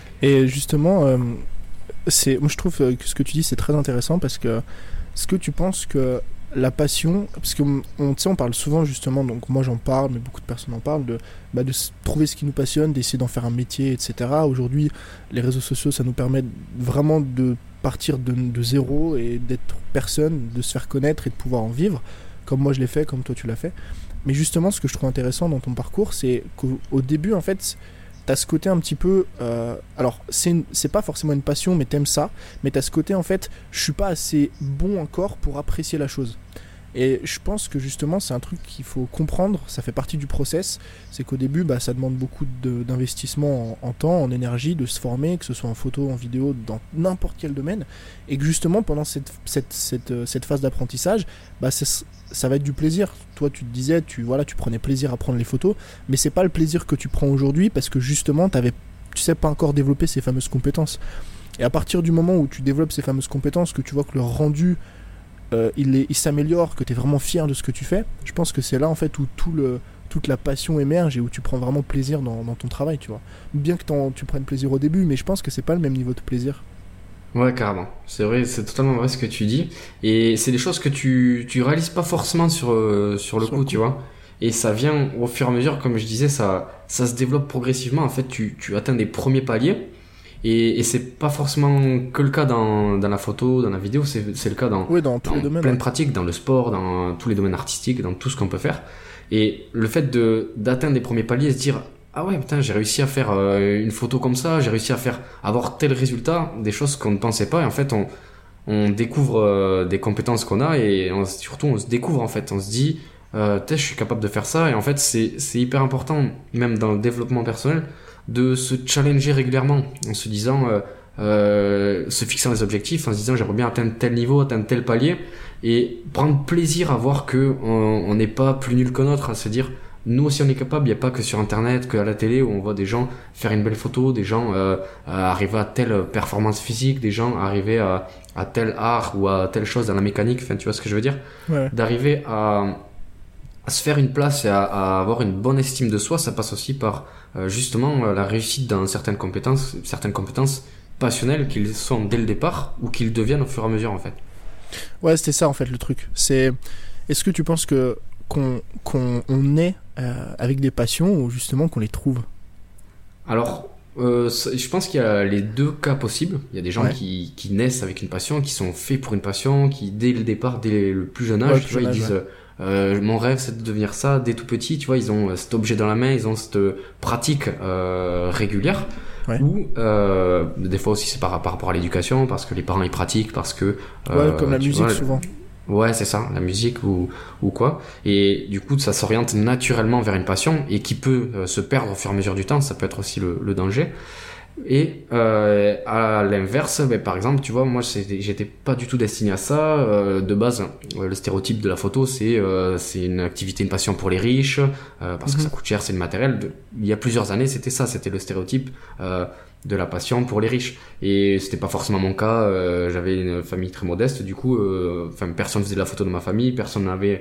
Et justement, euh, c'est, moi je trouve que ce que tu dis c'est très intéressant, parce que est-ce que tu penses que la passion, parce que on, tu sais, on parle souvent justement, donc moi j'en parle, mais beaucoup de personnes en parlent, de, bah, de trouver ce qui nous passionne, d'essayer d'en faire un métier, et cetera. Aujourd'hui, les réseaux sociaux, ça nous permet vraiment de partir de, de zéro et d'être personne, de se faire connaître et de pouvoir en vivre, comme moi je l'ai fait, comme toi tu l'as fait. Mais justement, ce que je trouve intéressant dans ton parcours, c'est qu'au au début, en fait, t'as ce côté un petit peu... Euh, alors, c'est, une, c'est pas forcément une passion, mais t'aimes ça, mais t'as ce côté, en fait, je suis pas assez bon encore pour apprécier la chose. Et je pense que justement c'est un truc qu'il faut comprendre, ça fait partie du process, c'est qu'au début bah, ça demande beaucoup de, d'investissement en, en temps, en énergie, de se former, que ce soit en photo, en vidéo, dans n'importe quel domaine, et que justement pendant cette, cette, cette, cette phase d'apprentissage, bah, ça, ça va être du plaisir. Toi tu te disais, tu, voilà, tu prenais plaisir à prendre les photos, mais c'est pas le plaisir que tu prends aujourd'hui, parce que justement t'avais, tu sais, pas encore développé ces fameuses compétences. Et à partir du moment où tu développes ces fameuses compétences, que tu vois que le rendu Euh, il, est, il s'améliore, que tu es vraiment fier de ce que tu fais, je pense que c'est là en fait où tout le, toute la passion émerge et où tu prends vraiment plaisir dans, dans ton travail, tu vois. Bien que tu prennes plaisir au début, mais je pense que c'est pas le même niveau de plaisir. Ouais, carrément. C'est vrai, c'est totalement vrai ce que tu dis. Et c'est des choses que tu, tu réalises pas forcément sur, euh, sur le sur coup, le coup, tu vois. Et ça vient au fur et à mesure, comme je disais, ça, ça se développe progressivement. En fait, tu, tu atteins des premiers paliers. Et, et c'est pas forcément que le cas dans, dans la photo, dans la vidéo, c'est, c'est le cas dans, oui, dans, tous dans les domaines, plein ouais. de pratiques, dans le sport, dans tous les domaines artistiques, dans tout ce qu'on peut faire. Et le fait de, d'atteindre des premiers paliers et se dire, ah ouais, putain, j'ai réussi à faire euh, une photo comme ça, j'ai réussi à faire, avoir tel résultat, des choses qu'on ne pensait pas, et en fait, on, on découvre euh, des compétences qu'on a, et on, surtout, on se découvre, en fait, on se dit, euh, je suis capable de faire ça, et en fait, c'est, c'est hyper important, même dans le développement personnel, de se challenger régulièrement en se disant euh, euh, se fixant des objectifs en se disant j'aimerais bien atteindre tel niveau, atteindre tel palier, et prendre plaisir à voir que on n'est pas plus nul qu'un autre, à se dire nous aussi on est capable. Il n'y a pas que sur internet, que à la télé où on voit des gens faire une belle photo, des gens euh, arriver à telle performance physique, des gens arriver à, à tel art ou à telle chose dans la mécanique, enfin tu vois ce que je veux dire, ouais. D'arriver à, à se faire une place et à, à avoir une bonne estime de soi. Ça passe aussi par euh, justement la réussite dans certaines compétences, certaines compétences passionnelles qu'ils sont dès le départ ou qu'ils deviennent au fur et à mesure en fait. Ouais, c'était ça en fait le truc. C'est, est-ce que tu penses que qu'on qu'on on est euh, avec des passions ou justement qu'on les trouve? Alors, euh, je pense qu'il y a les deux cas possibles. Il y a des gens ouais. qui, qui naissent avec une passion, qui sont faits pour une passion, qui dès le départ, dès le plus jeune âge, ouais, tu vois, ils âge, disent ouais. euh, mon rêve c'est de devenir ça dès tout petit. Tu vois, ils ont cet objet dans la main, ils ont cette pratique euh, régulière. Ouais. Ou euh, des fois aussi c'est par, par rapport à l'éducation, parce que les parents ils pratiquent, parce que euh, ouais, comme la musique vois, souvent. Ouais, c'est ça, la musique ou ou quoi. Et du coup, ça s'oriente naturellement vers une passion et qui peut euh, se perdre au fur et à mesure du temps. Ça peut être aussi le, le danger. Et euh, à l'inverse, ben, par exemple, tu vois, moi, c'est, j'étais pas du tout destiné à ça. Euh, de base, euh, le stéréotype de la photo, c'est euh, c'est une activité, une passion pour les riches, euh, parce mm-hmm. que ça coûte cher, c'est le matériel. De, il y a plusieurs années, c'était ça, c'était le stéréotype euh, de la passion pour les riches. Et c'était pas forcément mon cas. Euh, j'avais une famille très modeste, du coup, enfin, euh, personne faisait de la photo de ma famille, personne n'avait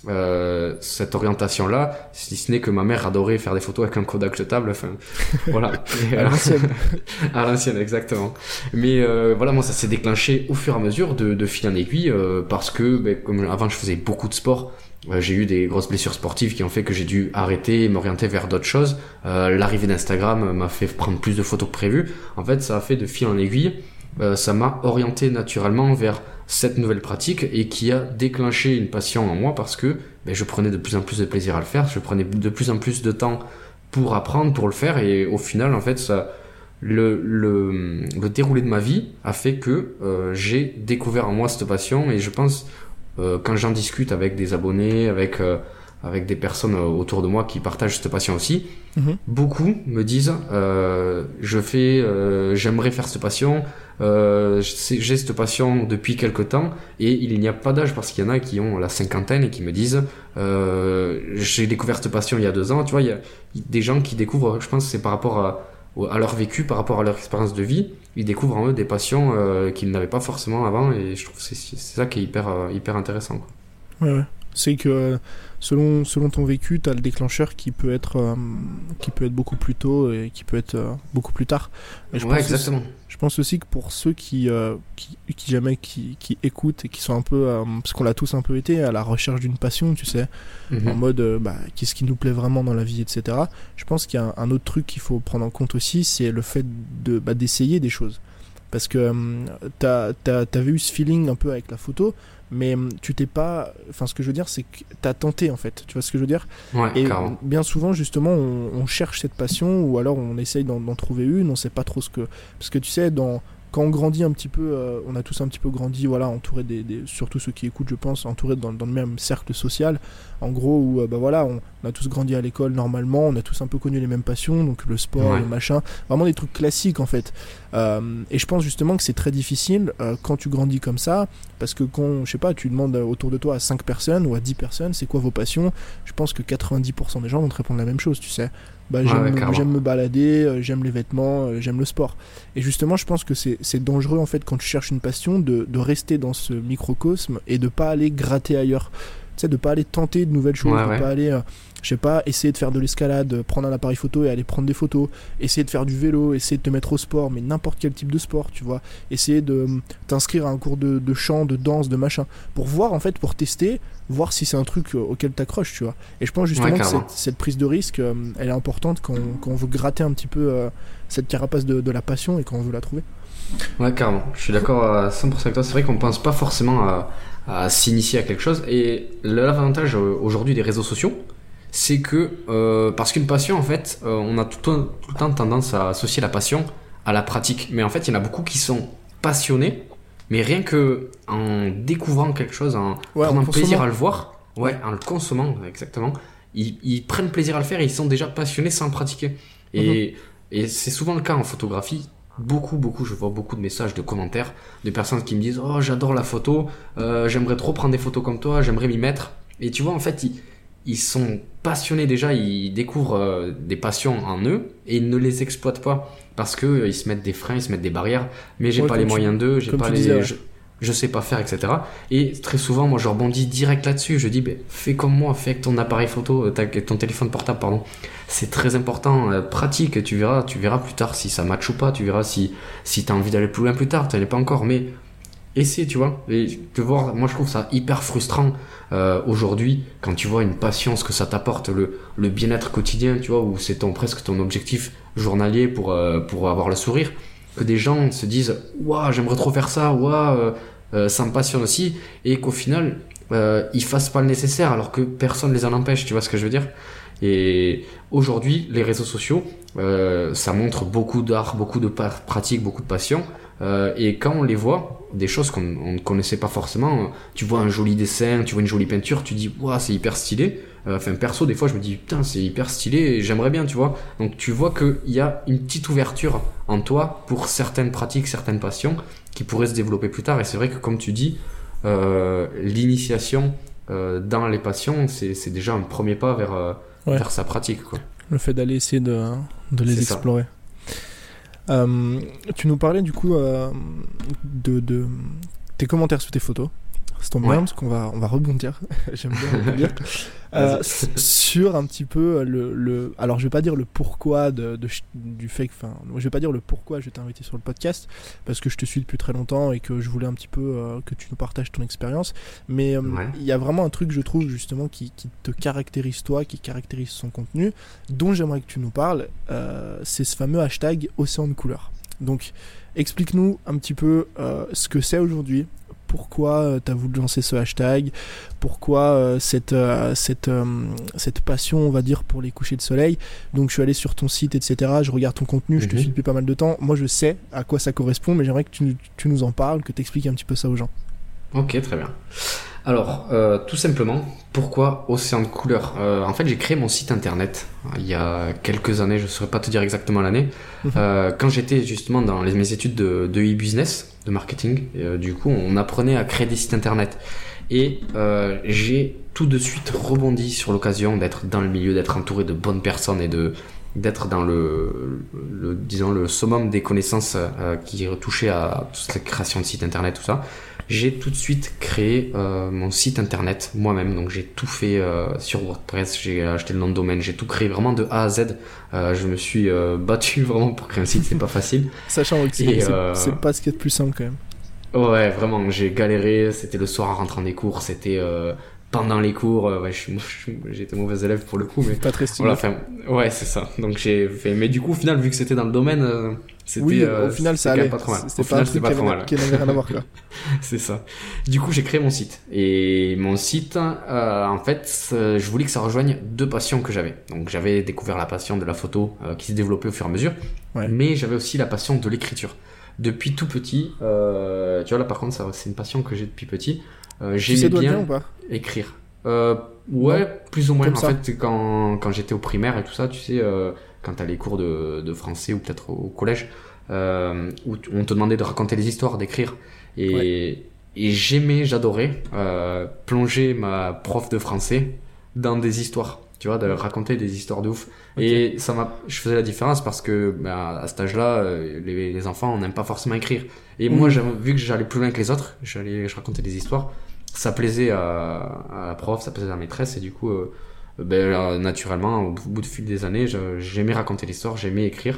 Euh, cette orientation là, si ce n'est que ma mère adorait faire des photos avec un Kodak jetable, enfin voilà. Et, à l'ancienne. à l'ancienne, exactement. Mais euh, voilà, moi ça s'est déclenché au fur et à mesure de, de fil en aiguille, euh, parce que ben, comme avant je faisais beaucoup de sport, euh, j'ai eu des grosses blessures sportives qui ont fait que j'ai dû arrêter et m'orienter vers d'autres choses. Euh, l'arrivée d'Instagram m'a fait prendre plus de photos que prévu. En fait, ça a fait de fil en aiguille, euh, ça m'a orienté naturellement vers cette nouvelle pratique et qui a déclenché une passion en moi, parce que ben, je prenais de plus en plus de plaisir à le faire, je prenais de plus en plus de temps pour apprendre, pour le faire, et au final en fait ça, le, le, le déroulé de ma vie a fait que euh, j'ai découvert en moi cette passion. Et je pense euh, quand j'en discute avec des abonnés, avec euh, avec des personnes autour de moi qui partagent cette passion aussi, mmh. beaucoup me disent euh, je fais euh, j'aimerais faire cette passion, euh, j'ai cette passion depuis quelque temps. Et il n'y a pas d'âge, parce qu'il y en a qui ont la cinquantaine et qui me disent euh, j'ai découvert cette passion il y a deux ans. Tu vois, il y a des gens qui découvrent, je pense que c'est par rapport à, à leur vécu, par rapport à leur expérience de vie, ils découvrent en eux des passions euh, qu'ils n'avaient pas forcément avant. Et je trouve que c'est, c'est ça qui est hyper, euh, hyper intéressant, quoi. Ouais, ouais. C'est que selon selon ton vécu, t'as le déclencheur qui peut être euh, qui peut être beaucoup plus tôt et qui peut être euh, beaucoup plus tard. Et je ouais, pense exactement. Aussi, je pense aussi que pour ceux qui euh, qui, qui jamais qui, qui écoutent et qui sont un peu euh, parce qu'on l'a tous un peu été à la recherche d'une passion, tu sais, mm-hmm. en mode euh, bah qu'est-ce qui nous plaît vraiment dans la vie, et cetera. Je pense qu'il y a un, un autre truc qu'il faut prendre en compte aussi, c'est le fait de bah, d'essayer des choses. Parce que euh, t'as, t'as, t'avais eu ce feeling un peu avec la photo, mais tu t'es pas... Enfin, ce que je veux dire, c'est que t'as tenté, en fait. Tu vois ce que je veux dire ? Ouais, et carrément. Bien souvent, justement, on, on cherche cette passion, ou alors on essaye d'en, d'en trouver une, on sait pas trop ce que... Parce que tu sais, dans... quand on grandit un petit peu, euh, on a tous un petit peu grandi, voilà, entouré des, des... Surtout ceux qui écoutent, je pense, entourés dans, dans le même cercle social. En gros, où, euh, bah voilà, on, on a tous grandi à l'école normalement, on a tous un peu connu les mêmes passions, donc le sport, ouais. le machin. Vraiment des trucs classiques, en fait. Euh, et je pense justement que c'est très difficile euh, quand tu grandis comme ça, parce que quand, je sais pas, tu demandes autour de toi à cinq personnes ou à dix personnes, c'est quoi vos passions ? Je pense que quatre-vingt-dix pour cent des gens vont te répondre la même chose, tu sais. Bah, j'aime, ouais, ouais, j'aime me balader, euh, j'aime les vêtements, euh, j'aime le sport. Et justement, je pense que c'est, c'est dangereux, en fait, quand tu cherches une passion, de, de rester dans ce microcosme et de pas aller gratter ailleurs. Tu sais, de pas aller tenter de nouvelles choses, ouais, de ouais. pas aller... Euh, je sais pas, essayer de faire de l'escalade, prendre un appareil photo et aller prendre des photos, essayer de faire du vélo, essayer de te mettre au sport, mais n'importe quel type de sport, tu vois, essayer de t'inscrire à un cours de, de chant, de danse, de machin, pour voir, en fait, pour tester, voir si c'est un truc auquel t'accroches, tu vois. Et je pense justement ouais, que cette, cette prise de risque, euh, elle est importante quand on, quand on veut gratter un petit peu euh, cette carapace de, de la passion et quand on veut la trouver. Ouais, carrément, je suis d'accord à cent pour cent avec toi. C'est vrai qu'on pense pas forcément à, à s'initier à quelque chose, et l'avantage aujourd'hui des réseaux sociaux, c'est que euh, parce qu'une passion, en fait, euh, on a tout, tout le temps tendance à associer la passion à la pratique. Mais en fait, il y en a beaucoup qui sont passionnés, mais rien que en découvrant quelque chose, en ouais, prenant en plaisir à le voir, ouais, en le consommant, exactement, ils, ils prennent plaisir à le faire et ils sont déjà passionnés sans pratiquer. Et, mm-hmm. et c'est souvent le cas en photographie. beaucoup, beaucoup, je vois beaucoup de messages, de commentaires, de personnes qui me disent « Oh, j'adore la photo, euh, j'aimerais trop prendre des photos comme toi, j'aimerais m'y mettre. » Et tu vois, en fait, ils, ils sont passionnés déjà, ils découvrent euh, des passions en eux et ils ne les exploitent pas parce que euh, ils se mettent des freins, ils se mettent des barrières. Mais j'ai Ouais, pas les comme tu- moyens d'eux, j'ai comme pas tu les, disais, ouais. je, je sais pas faire, et cetera. Et très souvent, moi, je rebondis direct là-dessus. Je dis, ben, fais comme moi, fais avec ton appareil photo, euh, ta- ton téléphone portable, pardon. C'est très important, euh, pratique. Tu verras, tu verras plus tard si ça match ou pas. Tu verras si si t'as envie d'aller plus loin plus tard. T'en es pas encore, mais essaie, tu vois. Et te voir, moi, je trouve ça hyper frustrant euh, aujourd'hui quand tu vois une passion, ce que ça t'apporte, le le bien-être quotidien, tu vois, où c'est ton presque ton objectif journalier pour euh, pour avoir le sourire. Que des gens se disent, waouh, j'aimerais trop faire ça, waouh. Euh, euh, ça me passionne aussi, et qu'au final euh, ils fassent pas le nécessaire alors que personne les en empêche, tu vois ce que je veux dire. Et aujourd'hui les réseaux sociaux euh, ça montre beaucoup d'art, beaucoup de pa- pratiques, beaucoup de passion, euh, et quand on les voit, des choses qu'on on ne connaissait pas forcément, tu vois un joli dessin, tu vois une jolie peinture, tu dis waouh, c'est hyper stylé. Euh, enfin perso des fois je me dis putain c'est hyper stylé et j'aimerais bien, tu vois. Donc tu vois qu'il y a une petite ouverture en toi pour certaines pratiques, certaines passions qui pourraient se développer plus tard. Et c'est vrai que comme tu dis, euh, l'initiation euh, dans les passions, c'est, c'est déjà un premier pas vers, euh, Ouais. vers sa pratique, quoi. Le fait d'aller essayer de, de les C'est ça. explorer. Euh, tu nous parlais du coup euh, de, de tes commentaires sous tes photos. Ça tombe bien Ouais. parce qu'on va, on va rebondir. J'aime bien rebondir. Euh, s- sur un petit peu le, le. Alors je vais pas dire le pourquoi de, de ch- du fait que. Enfin, je vais pas dire le pourquoi je t'ai invité sur le podcast parce que je te suis depuis très longtemps et que je voulais un petit peu euh, que tu nous partages ton expérience. Mais euh, Ouais. il y a vraiment un truc, je trouve, justement, qui, qui te caractérise toi, qui caractérise son contenu, dont j'aimerais que tu nous parles. Euh, c'est ce fameux hashtag Océan de couleurs. Donc, explique-nous un petit peu euh, ce que c'est aujourd'hui. Pourquoi euh, tu as voulu lancer ce hashtag, pourquoi euh, cette, euh, cette, euh, cette passion, on va dire, pour les couchers de soleil. Donc je suis allé sur ton site, et cetera. Je regarde ton contenu, je te Mhm. suis depuis pas mal de temps. Moi je sais à quoi ça correspond, mais j'aimerais que tu, tu nous en parles, que tu expliques un petit peu ça aux gens. Ok, très bien. Alors, euh, tout simplement, pourquoi Océan de couleurs? Euh, En fait, j'ai créé mon site internet euh, il y a quelques années, je ne saurais pas te dire exactement l'année, Mhm. euh, quand j'étais justement dans les, mes études de, de e-business, de marketing. Et, euh, du coup, on apprenait à créer des sites internet. Et euh, j'ai tout de suite rebondi sur l'occasion d'être dans le milieu, d'être entouré de bonnes personnes et de d'être dans le, le disons le summum des connaissances euh, qui touchaient à toute la création de sites internet, tout ça. J'ai tout de suite créé euh, mon site internet moi-même, donc j'ai tout fait euh, sur WordPress, j'ai acheté le nom de domaine, j'ai tout créé vraiment de A à Z. Euh, je me suis euh, battu vraiment pour créer un site, c'est pas facile. Sachant que c'est, Et, c'est, euh, c'est pas ce qu'il y a de plus simple quand même. Ouais, vraiment, j'ai galéré, c'était le soir en rentrant des cours, c'était euh, pendant les cours, euh, ouais, je suis, je suis- j'ai été mauvais élève pour le coup, mais Pas très stylé. voilà, enfin, ouais, c'est ça. Donc j'ai fait, mais du coup, au final, vu que c'était dans le domaine, euh, c'était, Oui, euh, au final c'était ça quand même allait. pas trop mal. C'était Au pas final, un c'était truc pas qui trop avait, mal. qui n'avait rien à voir quoi. C'est ça. Du coup, j'ai créé mon site. Et mon site, euh, en fait, euh, je voulais que ça rejoigne deux passions que j'avais. Donc, j'avais découvert la passion de la photo euh, qui s'est développée au fur et à mesure. Ouais. Mais j'avais aussi la passion de l'écriture. Depuis tout petit, euh, tu vois, là, par contre, ça, c'est une passion que j'ai depuis petit. Euh, Tu j'aimais sais d'où elle bien vient ou pas? écrire. Euh, ouais, plus ou moins. Comme En ça. fait, quand, quand j'étais au primaire et tout ça, tu sais, euh, quand t'as les cours de, de français ou peut-être au, au collège, euh, où t- on te demandait de raconter des histoires, d'écrire. Et, et j'aimais, j'adorais euh, plonger ma prof de français dans des histoires. Tu vois, de raconter des histoires de ouf. Ok. Et ça m'a, je faisais la différence parce que bah, à cet âge-là, euh, les, les enfants, on n'aime pas forcément écrire. Et moi, Mhm. j'avais- vu que j'allais plus loin que les autres, j'allais, je racontais des histoires. Ça plaisait à, à la prof, ça plaisait à la maîtresse, et du coup, euh, ben, là, naturellement, au bout de fil des années, je- j'aimais raconter l'histoire, j'aimais écrire.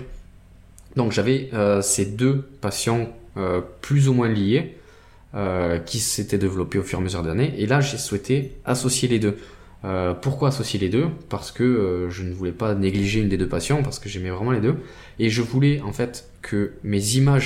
Donc j'avais euh, ces deux passions euh, plus ou moins liées euh, qui s'étaient développées au fur et à mesure des années. Et là, j'ai souhaité associer les deux. Euh, pourquoi associer les deux? Parce que euh, je ne voulais pas négliger une des deux passions, parce que j'aimais vraiment les deux. Et je voulais en fait que mes images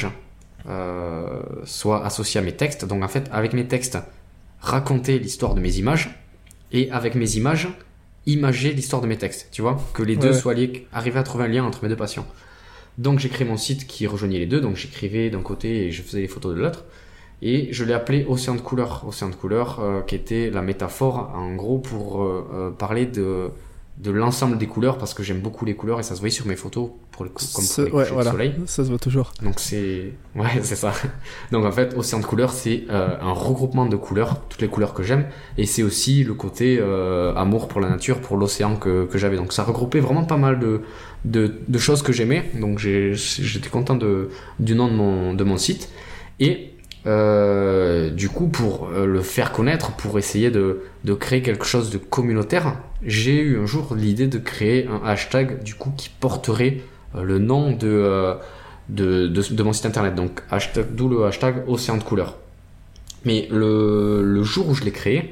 euh, soient associées à mes textes. Donc en fait, avec mes textes, raconter l'histoire de mes images, et avec mes images, imager l'histoire de mes textes. Tu vois? Que les deux Ouais. soient liés, arriver à trouver un lien entre mes deux passions. Donc j'ai créé mon site qui rejoignait les deux, donc j'écrivais d'un côté et je faisais les photos de l'autre. Et je l'ai appelé Océan de couleurs. Océan de couleurs, euh, qui était la métaphore, en gros, pour euh, euh, parler de, de l'ensemble des couleurs parce que j'aime beaucoup les couleurs et ça se voit sur mes photos pour le, comme pour les ouais, couchers voilà. de soleil. Ça se voit toujours. Donc c'est ouais c'est ça. Donc en fait Océan de couleurs c'est euh, un regroupement de couleurs, toutes les couleurs que j'aime et c'est aussi le côté euh, amour pour la nature, pour l'océan que, que j'avais. Donc ça regroupait vraiment pas mal de de, de choses que j'aimais. Donc j'ai, j'étais content de du nom de mon de mon site et Euh, du coup, pour euh, le faire connaître, pour essayer de, de créer quelque chose de communautaire, j'ai eu un jour l'idée de créer un hashtag du coup qui porterait euh, le nom de, euh, de, de, de mon site internet. Donc, hashtag, d'où le hashtag Océan de couleurs. Mais le, le jour où je l'ai créé,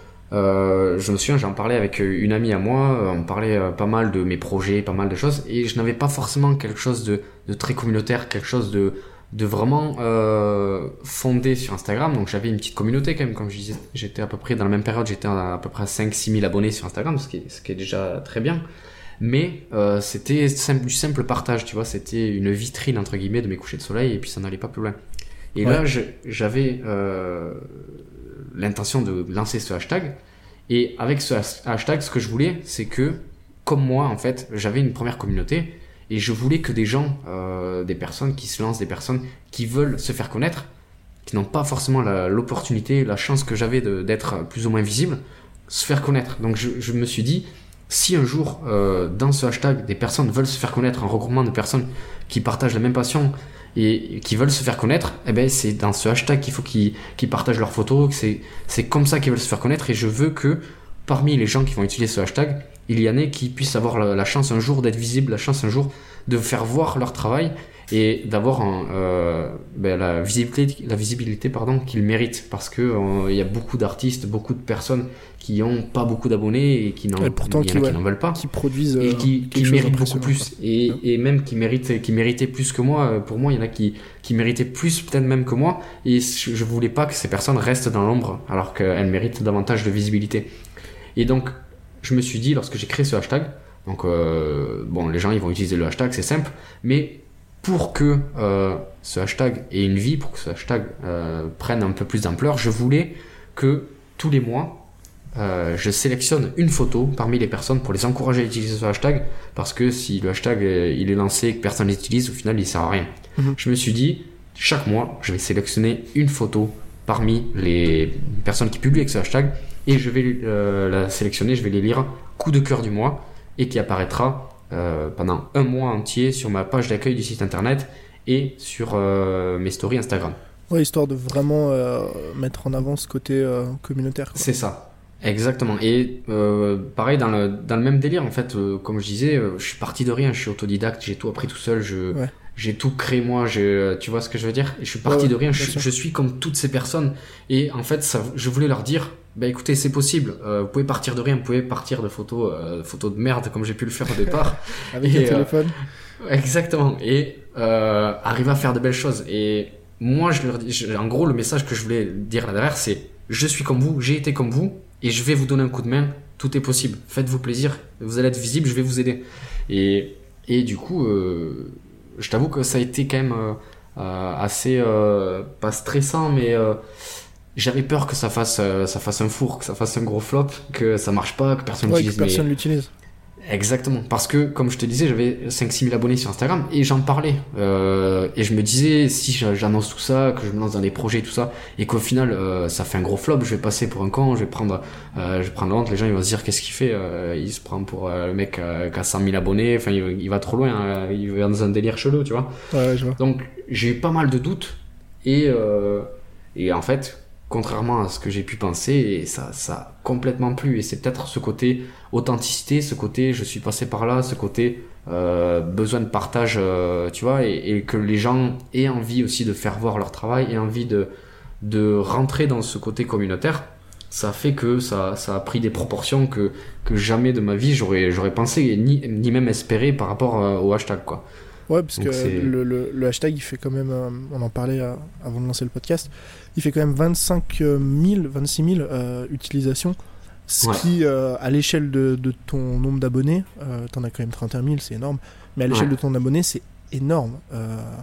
euh, je me souviens, j'en parlais avec une amie à moi, on parlait euh, pas mal de mes projets, pas mal de choses, et je n'avais pas forcément quelque chose de, de très communautaire, quelque chose de de vraiment euh, fondé sur Instagram. Donc j'avais une petite communauté quand même, comme je disais, j'étais à peu près dans la même période, j'étais à, à peu près à cinq six mille abonnés sur Instagram, ce qui est, ce qui est déjà très bien, mais euh, c'était simple, du simple partage, tu vois, c'était une vitrine entre guillemets de mes couchers de soleil et puis ça n'allait pas plus loin. Et ouais. là je, j'avais euh, l'intention de lancer ce hashtag, et avec ce hashtag ce que je voulais c'est que comme moi en fait j'avais une première communauté. Et je voulais que des gens, euh, des personnes qui se lancent, des personnes qui veulent se faire connaître, qui n'ont pas forcément la, l'opportunité, la chance que j'avais de, d'être plus ou moins visible, se faire connaître. Donc je, je me suis dit, si un jour, euh, dans ce hashtag, des personnes veulent se faire connaître, un regroupement de personnes qui partagent la même passion et qui veulent se faire connaître, eh ben c'est dans ce hashtag qu'il faut qu'ils, qu'ils partagent leurs photos, que c'est, c'est comme ça qu'ils veulent se faire connaître. Et je veux que parmi les gens qui vont utiliser ce hashtag, il y en ait qui puissent avoir la, la chance un jour d'être visibles, la chance un jour de faire voir leur travail et d'avoir un, euh, ben, la visibilité, la visibilité pardon, qu'ils méritent, parce que euh, il y a beaucoup d'artistes, beaucoup de personnes qui ont pas beaucoup d'abonnés et qui n'en, et pourtant, il y en qui, a ouais, qui n'en veulent pas, qui produisent et qui, qui méritent beaucoup plus, et, ouais. et même qui méritent, qui méritaient plus que moi. Pour moi, il y en a qui, qui méritaient plus peut-être même que moi, et je, je voulais pas que ces personnes restent dans l'ombre alors qu'elles méritent davantage de visibilité. Et donc je me suis dit, lorsque j'ai créé ce hashtag, donc euh, bon, les gens ils vont utiliser le hashtag, c'est simple, mais pour que euh, ce hashtag ait une vie, pour que ce hashtag euh, prenne un peu plus d'ampleur, je voulais que tous les mois, euh, je sélectionne une photo parmi les personnes pour les encourager à utiliser ce hashtag, parce que si le hashtag euh, il est lancé et que personne l'utilise, au final il sert à rien. Mm-hmm. Je me suis dit, chaque mois, je vais sélectionner une photo parmi les personnes qui publient avec ce hashtag, et je vais euh, la sélectionner, je vais les lire coup de cœur du mois, et qui apparaîtra euh, pendant un mois entier sur ma page d'accueil du site internet et sur euh, mes stories Instagram. Ouais, histoire de vraiment euh, mettre en avant ce côté euh, communautaire, quoi. C'est ça, exactement. Et euh, pareil, dans le, dans le même délire, en fait, euh, comme je disais, euh, je suis parti de rien, je suis autodidacte, j'ai tout appris tout seul, je... Ouais. J'ai tout créé moi, j'ai, tu vois ce que je veux dire? Et je suis parti ouais, de rien, je, je suis comme toutes ces personnes. Et en fait, ça, je voulais leur dire, bah écoutez, c'est possible, euh, vous pouvez partir de rien, vous pouvez partir de photos, euh, photos de merde comme j'ai pu le faire au départ. Avec et, le téléphone. Euh, exactement. Et euh, arriver à faire de belles choses. Et moi, je leur dis, je, en gros, le message que je voulais dire là derrière, c'est, je suis comme vous, j'ai été comme vous, et je vais vous donner un coup de main, tout est possible. Faites-vous plaisir, vous allez être visible, je vais vous aider. Et, et du coup... Euh, je t'avoue que ça a été quand même euh, euh, assez euh, pas stressant, mais euh, j'avais peur que ça fasse euh, ça fasse un four, que ça fasse un gros flop, que ça marche pas, que personne ouais, l'utilise. Que personne mais... l'utilise. Exactement, parce que comme je te disais, j'avais cinq six mille abonnés sur Instagram et j'en parlais euh, et je me disais, si j'annonce tout ça, que je me lance dans des projets et tout ça, et qu'au final euh, ça fait un gros flop, je vais passer pour un con, je vais prendre euh, je vais prendre honte, les gens ils vont se dire qu'est-ce qu'il fait, euh, il se prend pour euh, le mec euh, qui a cent mille abonnés, enfin il, il va trop loin, hein, il va dans un délire chelou, tu vois. Ouais, ouais, je vois. Donc j'ai eu pas mal de doutes et euh, et en fait, contrairement à ce que j'ai pu penser, et ça, ça a complètement plu. Et c'est peut-être ce côté authenticité, ce côté je suis passé par là, ce côté euh, besoin de partage, euh, tu vois, et, et que les gens aient envie aussi de faire voir leur travail, aient envie de, de rentrer dans ce côté communautaire. Ça fait que ça, ça a pris des proportions que, que jamais de ma vie j'aurais, j'aurais pensé, ni, ni même espéré par rapport au hashtag, quoi. Ouais, parce donc que le, le, le hashtag, il fait quand même, euh, on en parlait euh, avant de lancer le podcast, il fait quand même vingt-cinq mille, vingt-six mille euh, utilisations, ce ouais. qui, euh, à l'échelle de, de ton nombre d'abonnés, euh, t'en as quand même trente et un mille, c'est énorme, mais à l'échelle ouais. de ton abonné, c'est énorme. Euh,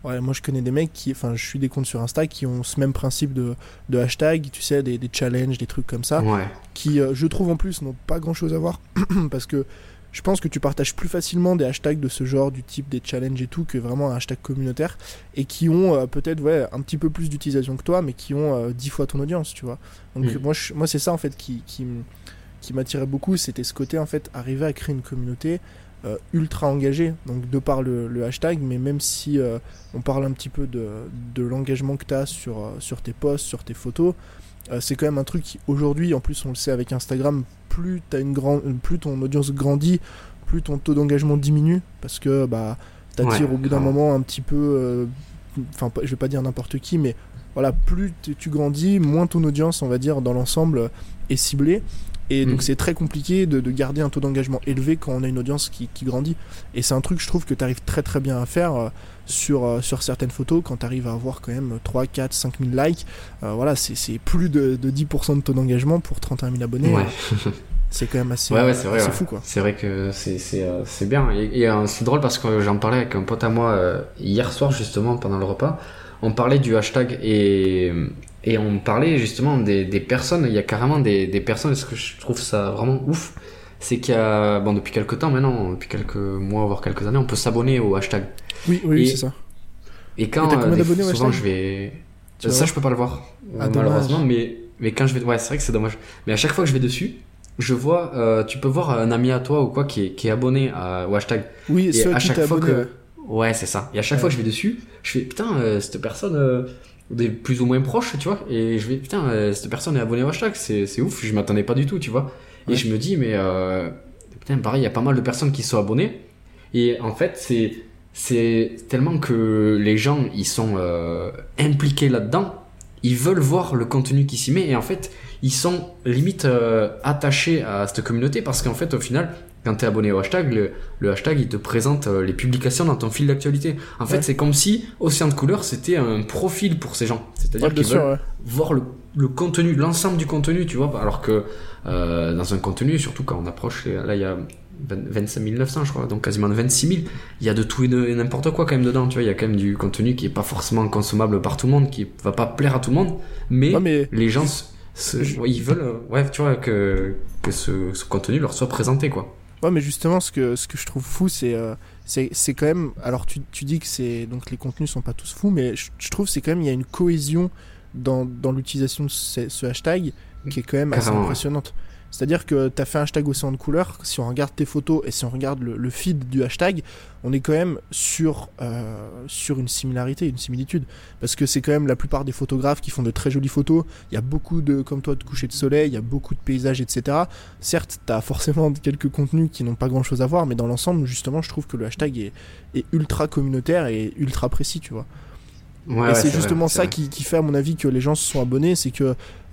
Ouais, moi je connais des mecs qui, enfin, je suis des comptes sur Insta qui ont ce même principe de, de hashtag, tu sais, des, des challenges, des trucs comme ça, Ouais. qui, euh, je trouve en plus, n'ont pas grand chose à voir, parce que je pense que tu partages plus facilement des hashtags de ce genre, du type des challenges et tout, que vraiment un hashtag communautaire, et qui ont euh, peut-être, ouais, un petit peu plus d'utilisation que toi, mais qui ont euh, dix fois ton audience, tu vois. Donc Mm. moi, je, moi c'est ça en fait qui, qui, m- qui m'attirait beaucoup, c'était ce côté en fait, arriver à créer une communauté euh, ultra engagée, donc de par le, le hashtag, mais même si euh, on parle un petit peu de, de l'engagement que tu as sur, euh, sur tes posts, sur tes photos, euh, c'est quand même un truc qui aujourd'hui, en plus on le sait avec Instagram, plus, t'as une grand... plus ton audience grandit, plus ton taux d'engagement diminue, parce que bah, t'attires Ouais, au bout d'un clairement. moment un petit peu, enfin euh, je vais pas dire n'importe qui, mais voilà, plus t- tu grandis, moins ton audience, on va dire, dans l'ensemble euh, est ciblée. Et donc Mm. c'est très compliqué de, de garder un taux d'engagement élevé quand on a une audience qui, qui grandit. Et c'est un truc, je trouve, que tu arrives très très bien à faire euh, sur, euh, sur certaines photos, quand tu arrives à avoir quand même trois, quatre, cinq mille likes. Euh, voilà, c'est, c'est plus de, de dix pour cent de taux d'engagement pour trente et un mille abonnés. Ouais. Euh, c'est quand même assez, Ouais, ouais, c'est vrai. assez Ouais. fou, quoi. C'est vrai que c'est c'est euh, c'est bien. Et, et euh, c'est drôle parce que j'en parlais avec un pote à moi euh, hier soir justement pendant le repas. On parlait du hashtag et et on parlait justement des des personnes. Il y a carrément des des personnes. Et ce que je trouve ça vraiment ouf, c'est qu'il y a bon depuis quelques temps maintenant, depuis quelques mois voire quelques années, on peut s'abonner au hashtag. Oui, oui, oui, Et- c'est ça. Et quand Et t'as combien euh, des- d'abonnés au souvent hashtag je vais Tu vas ça voir je peux pas le voir Ah, euh, dommage. malheureusement, mais mais quand je vais ouais c'est vrai que c'est dommage. Mais à chaque fois que je vais dessus, je vois euh, tu peux voir un ami à toi ou quoi qui est qui est abonné à, au hashtag. Oui, Et ceux à qui chaque t'es fois abonné, que ouais. ouais c'est ça. Et à chaque Ouais. fois que je vais dessus, je fais putain euh, cette personne euh, des plus ou moins proches, tu vois. Et je vais putain euh, cette personne est abonnée au hashtag, c'est c'est ouf. Je m'attendais pas du tout, tu vois. Et Ouais. je me dis mais euh, putain pareil il y a pas mal de personnes qui sont abonnées. Et en fait c'est c'est tellement que les gens ils sont euh, impliqués là-dedans, ils veulent voir le contenu qui s'y met et en fait ils sont limite euh, attachés à cette communauté parce qu'en fait au final quand t'es abonné au hashtag, le, le hashtag il te présente euh, les publications dans ton fil d'actualité. En fait Ouais. c'est comme si Océan de Couleurs c'était un profil pour ces gens, c'est-à-dire Ouais, bien qu'ils sûr, veulent ouais. voir le, le contenu, l'ensemble du contenu, tu vois, alors que euh, dans un contenu, surtout quand on approche, les- là il y a vingt- vingt-cinq mille neuf cents je crois, donc quasiment vingt-six mille, il y a de tout et de- et n'importe quoi quand même dedans, tu vois, il y a quand même du contenu qui est pas forcément consommable par tout le monde, qui va pas plaire à tout le monde, mais, Ouais, mais les gens, se- se- je- ouais, ils veulent, euh, ouais, tu vois, que, que ce, ce contenu leur soit présenté, quoi. Ouais, mais justement, ce que, ce que je trouve fou, c'est, euh, c'est, c'est quand même. Alors, tu, tu dis que c'est. Donc, les contenus sont pas tous fous, mais je, je trouve que c'est quand même. Il y a une cohésion dans, dans l'utilisation de ce, ce hashtag qui est quand même assez Carrément, ouais. impressionnante. C'est-à-dire que tu as fait un hashtag Océan de couleurs. Si on regarde tes photos et si on regarde le, le feed du hashtag, on est quand même sur, euh, sur une similarité, une similitude. Parce que c'est quand même la plupart des photographes qui font de très jolies photos. Il y a beaucoup de, comme toi, de couchers de soleil, il y a beaucoup de paysages, et cetera. Certes, tu as forcément quelques contenus qui n'ont pas grand-chose à voir, mais dans l'ensemble, justement, je trouve que le hashtag est, est ultra communautaire et ultra précis, tu vois. Ouais, et ouais, c'est vrai, justement c'est ça vrai. qui, qui fait, à mon avis, que les gens se sont abonnés, c'est que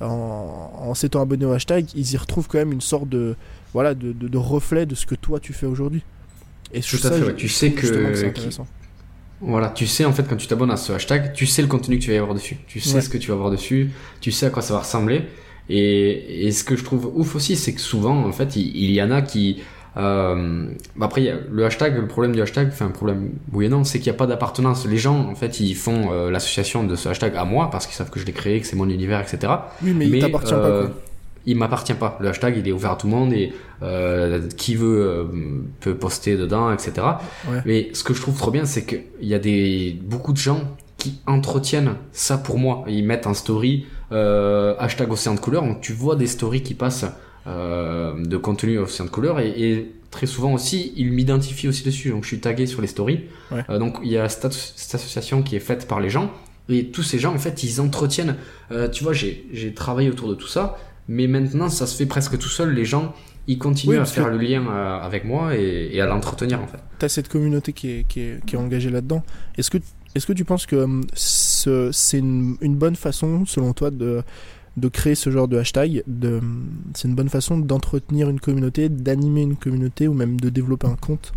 en, en s'étant abonnés au hashtag, ils y retrouvent quand même une sorte de, voilà, de, de, de reflet de ce que toi tu fais aujourd'hui. Et Tout ça, à fait, je- ouais. Tu je sais trouve justement que- c'est qui- intéressant. Voilà, tu sais en fait quand tu t'abonnes à ce hashtag, tu sais le contenu que tu vas y avoir dessus. Tu sais Ouais. ce que tu vas avoir dessus, tu sais à quoi ça va ressembler. Et, et ce que je trouve ouf aussi, c'est que souvent en fait il, il y en a qui... Euh, bah après il y a le hashtag, le problème du hashtag, enfin un problème oui et non, c'est qu'il n'y a pas d'appartenance. Les gens en fait ils font euh, l'association de ce hashtag à moi parce qu'ils savent que je l'ai créé, que c'est mon univers, et cetera. Oui, mais, il t'appartient euh, pas, quoi. Il m'appartient pas. Le hashtag il est ouvert à tout le monde et euh, qui veut euh, peut poster dedans, et cetera. Ouais. Mais ce que je trouve trop bien, c'est qu'il y a des beaucoup de gens qui entretiennent ça pour moi. Ils mettent en story euh, hashtag Océan de couleurs. Donc tu vois des stories qui passent euh, de contenu Océan de couleurs et, et très souvent aussi ils m'identifient aussi dessus. Donc je suis tagué sur les stories. Ouais. Euh, donc il y a cette, cette association qui est faite par les gens et tous ces gens en fait ils entretiennent. Euh, tu vois, j'ai j'ai travaillé autour de tout ça, mais maintenant ça se fait presque tout seul. Les gens ils continuent Oui, à parce faire que- le lien euh, avec moi et, et à l'entretenir en fait. T'as cette communauté qui est, qui est, qui est engagée là-dedans. Est-ce que, est-ce que tu penses que hum, ce, c'est une, une bonne façon, selon toi, de, de créer ce genre de hashtag de, hum, c'est une bonne façon d'entretenir une communauté, d'animer une communauté ou même de développer un compte?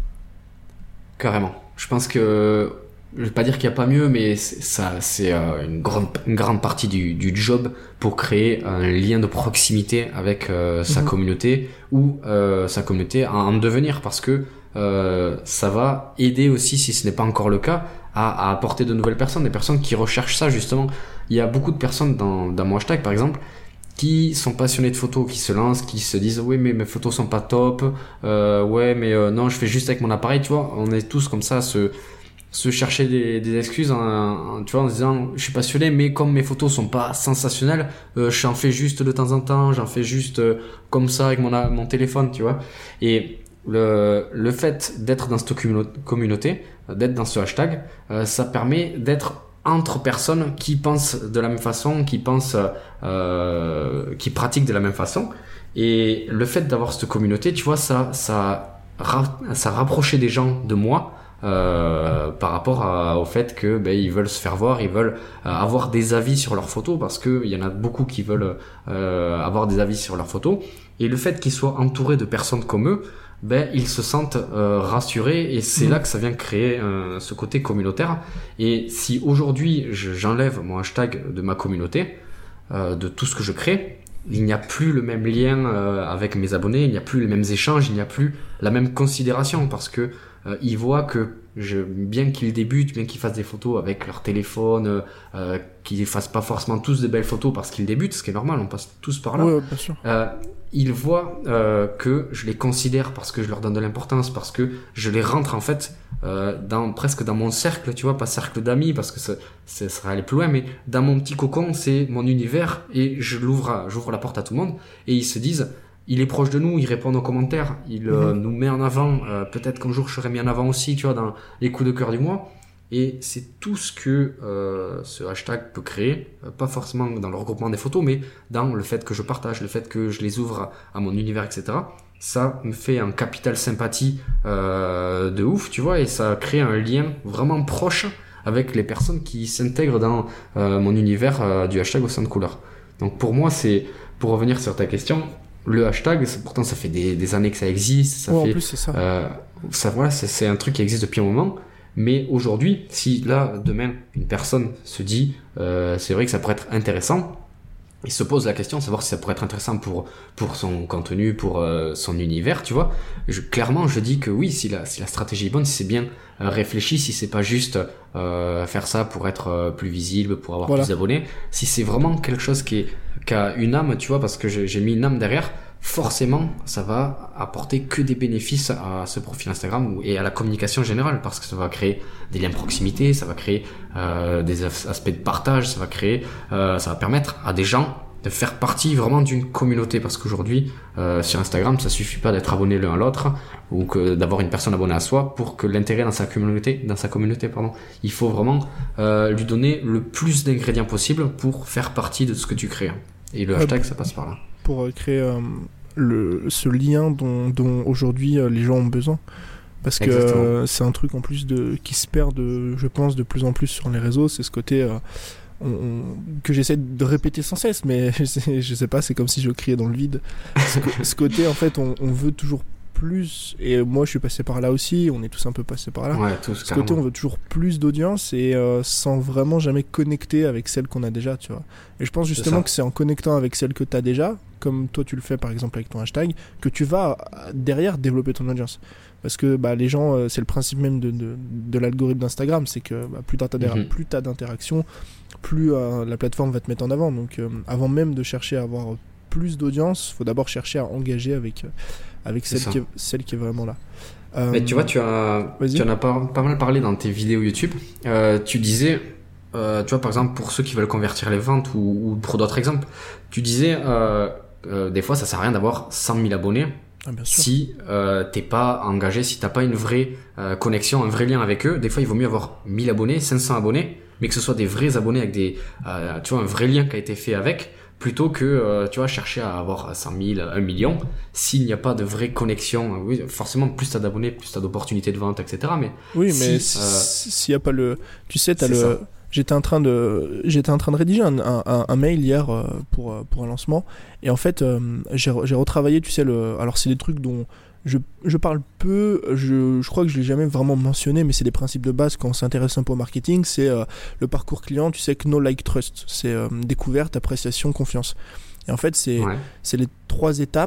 Carrément. Je pense que je vais pas dire qu'il y a pas mieux, mais c'est, ça, c'est euh, une grande, une grande partie du, du job pour créer un lien de proximité avec euh, sa Mhm. communauté ou euh, sa communauté en, en devenir, parce que euh, ça va aider aussi, si ce n'est pas encore le cas, à, à apporter de nouvelles personnes, des personnes qui recherchent ça justement. Il y a beaucoup de personnes dans, dans mon hashtag par exemple qui sont passionnés de photos, qui se lancent, qui se disent oui mais mes photos sont pas top, euh, ouais mais euh, non je fais juste avec mon appareil, tu vois. On est tous comme ça à se, se chercher des, des excuses, en, en, tu vois, en se disant je suis passionné mais comme mes photos sont pas sensationnelles, euh, j'en fais juste de temps en temps, j'en fais juste euh, comme ça avec mon, mon téléphone, tu vois. Et le, le fait d'être dans cette communauté, d'être dans ce hashtag, euh, ça permet d'être entre personnes qui pensent de la même façon, qui pensent, euh, qui pratiquent de la même façon. Et le fait d'avoir cette communauté, tu vois, ça, ça, ça rapprochait des gens de moi, euh, par rapport à, au fait que, ben, ils veulent se faire voir, ils veulent euh, avoir des avis sur leurs photos, parce que il y en a beaucoup qui veulent, euh, avoir des avis sur leurs photos. Et le fait qu'ils soient entourés de personnes comme eux, ben ils se sentent euh, rassurés, et c'est mmh. là que ça vient créer euh, ce côté communautaire. Et si aujourd'hui je, j'enlève mon hashtag de ma communauté, euh, de tout ce que je crée, il n'y a plus le même lien euh, avec mes abonnés, il n'y a plus les mêmes échanges, il n'y a plus la même considération, parce que euh, ils voient que je, bien qu'ils débutent, bien qu'ils fassent des photos avec leur téléphone, euh, qu'ils fassent pas forcément tous de belles photos parce qu'ils débutent, ce qui est normal, on passe tous par là. Ouais, bien sûr. Euh, ils voient euh, que je les considère parce que je leur donne de l'importance, parce que je les rentre en fait euh, dans presque dans mon cercle, tu vois, pas cercle d'amis parce que ça, ça serait aller plus loin, mais dans mon petit cocon, c'est mon univers, et je l'ouvre, à, j'ouvre la porte à tout le monde, et ils se disent, il est proche de nous, il répond aux commentaires, il euh, mmh. nous met en avant, euh, peut-être qu'un jour je serai mis en avant aussi, tu vois, dans les coups de cœur du mois. Et c'est tout ce que euh, ce hashtag peut créer, euh, pas forcément dans le regroupement des photos, mais dans le fait que je partage, le fait que je les ouvre à, à mon univers, et cetera. Ça me fait un capital sympathie euh, de ouf, tu vois, et ça crée un lien vraiment proche avec les personnes qui s'intègrent dans euh, mon univers euh, du hashtag Océan de Couleurs. Donc pour moi, c'est, pour revenir sur ta question, le hashtag, pourtant ça fait des, des années que ça existe, ça ouais, fait, en plus c'est ça. Euh, ça voilà, c'est, c'est un truc qui existe depuis un moment. Mais aujourd'hui, si là, demain, une personne se dit, euh, c'est vrai que ça pourrait être intéressant, il se pose la question de savoir si ça pourrait être intéressant pour, pour son contenu, pour euh, son univers, tu vois. Je, clairement, je dis que oui, si la, si la stratégie est bonne, si c'est bien euh, réfléchi, si c'est pas juste euh, faire ça pour être euh, plus visible, pour avoir voilà. plus d'abonnés, si c'est vraiment quelque chose qui, est, qui a une âme, tu vois, parce que j'ai, j'ai mis une âme derrière, forcément, ça va apporter que des bénéfices à ce profil Instagram et à la communication générale, parce que ça va créer des liens de proximité, ça va créer euh, des aspects de partage, ça va créer, euh, ça va permettre à des gens de faire partie vraiment d'une communauté, parce qu'aujourd'hui, euh, sur Instagram, ça suffit pas d'être abonné l'un à l'autre ou que d'avoir une personne abonnée à soi pour que l'intérêt dans sa communauté, dans sa communauté, pardon, il faut vraiment euh, lui donner le plus d'ingrédients possible pour faire partie de ce que tu crées. Et le hashtag, euh, ça passe par là. Pour créer euh, le, ce lien dont, dont aujourd'hui euh, les gens ont besoin. Parce que euh, c'est un truc en plus de, qui se perd, de, je pense, de plus en plus sur les réseaux. C'est ce côté euh, on, on, que j'essaie de répéter sans cesse, mais je sais, je sais pas, c'est comme si je criais dans le vide. Ce, ce côté, en fait, on, on veut toujours plus, et moi je suis passé par là aussi, on est tous un peu passés par là. Ouais, tous, ce côté, on veut toujours plus d'audience et euh, sans vraiment jamais connecter avec celle qu'on a déjà, tu vois. Et je pense justement c'est que c'est en connectant avec celle que tu as déjà, comme toi tu le fais par exemple avec ton hashtag, que tu vas derrière développer ton audience. Parce que bah, les gens, euh, c'est le principe même de, de, de l'algorithme d'Instagram, c'est que bah, plus tu as mm-hmm. plus t'as d'interactions, plus euh, la plateforme va te mettre en avant. Donc euh, avant même de chercher à avoir plus d'audience, il faut d'abord chercher à engager avec, avec celle qui, est, celle qui est vraiment là. Euh, Mais tu vois, tu, as, tu en as pas, pas mal parlé dans tes vidéos YouTube. Euh, tu disais, euh, tu vois, par exemple, pour ceux qui veulent convertir les ventes ou, ou pour d'autres exemples, tu disais, euh, euh, des fois, ça sert à rien d'avoir cent mille abonnés. Ah, si euh, t'es pas engagé, si t'as pas une vraie euh, connexion, un vrai lien avec eux. Des fois il vaut mieux avoir mille abonnés, cinq cents abonnés, mais que ce soit des vrais abonnés avec des, euh, tu vois, un vrai lien qui a été fait avec, plutôt que euh, tu vois, chercher à avoir cent mille, un million. S'il n'y a pas de vraie connexion, oui, forcément plus t'as d'abonnés, plus t'as d'opportunités de vente, et cetera. Mais oui, si, mais euh, s'il y a pas le, tu sais, t'as le ça. J'étais en train de, j'étais en train de rédiger un, un, un mail hier euh, pour, pour un lancement, et en fait euh, j'ai, j'ai retravaillé, tu sais, le, alors c'est des trucs dont je, je parle peu, je, je crois que je l'ai jamais vraiment mentionné, mais c'est des principes de base quand on s'intéresse un peu au marketing. C'est euh, le parcours client, tu sais, Know, Like, Trust, c'est euh, découverte, appréciation, confiance. Et en fait c'est, ouais. c'est les trois étapes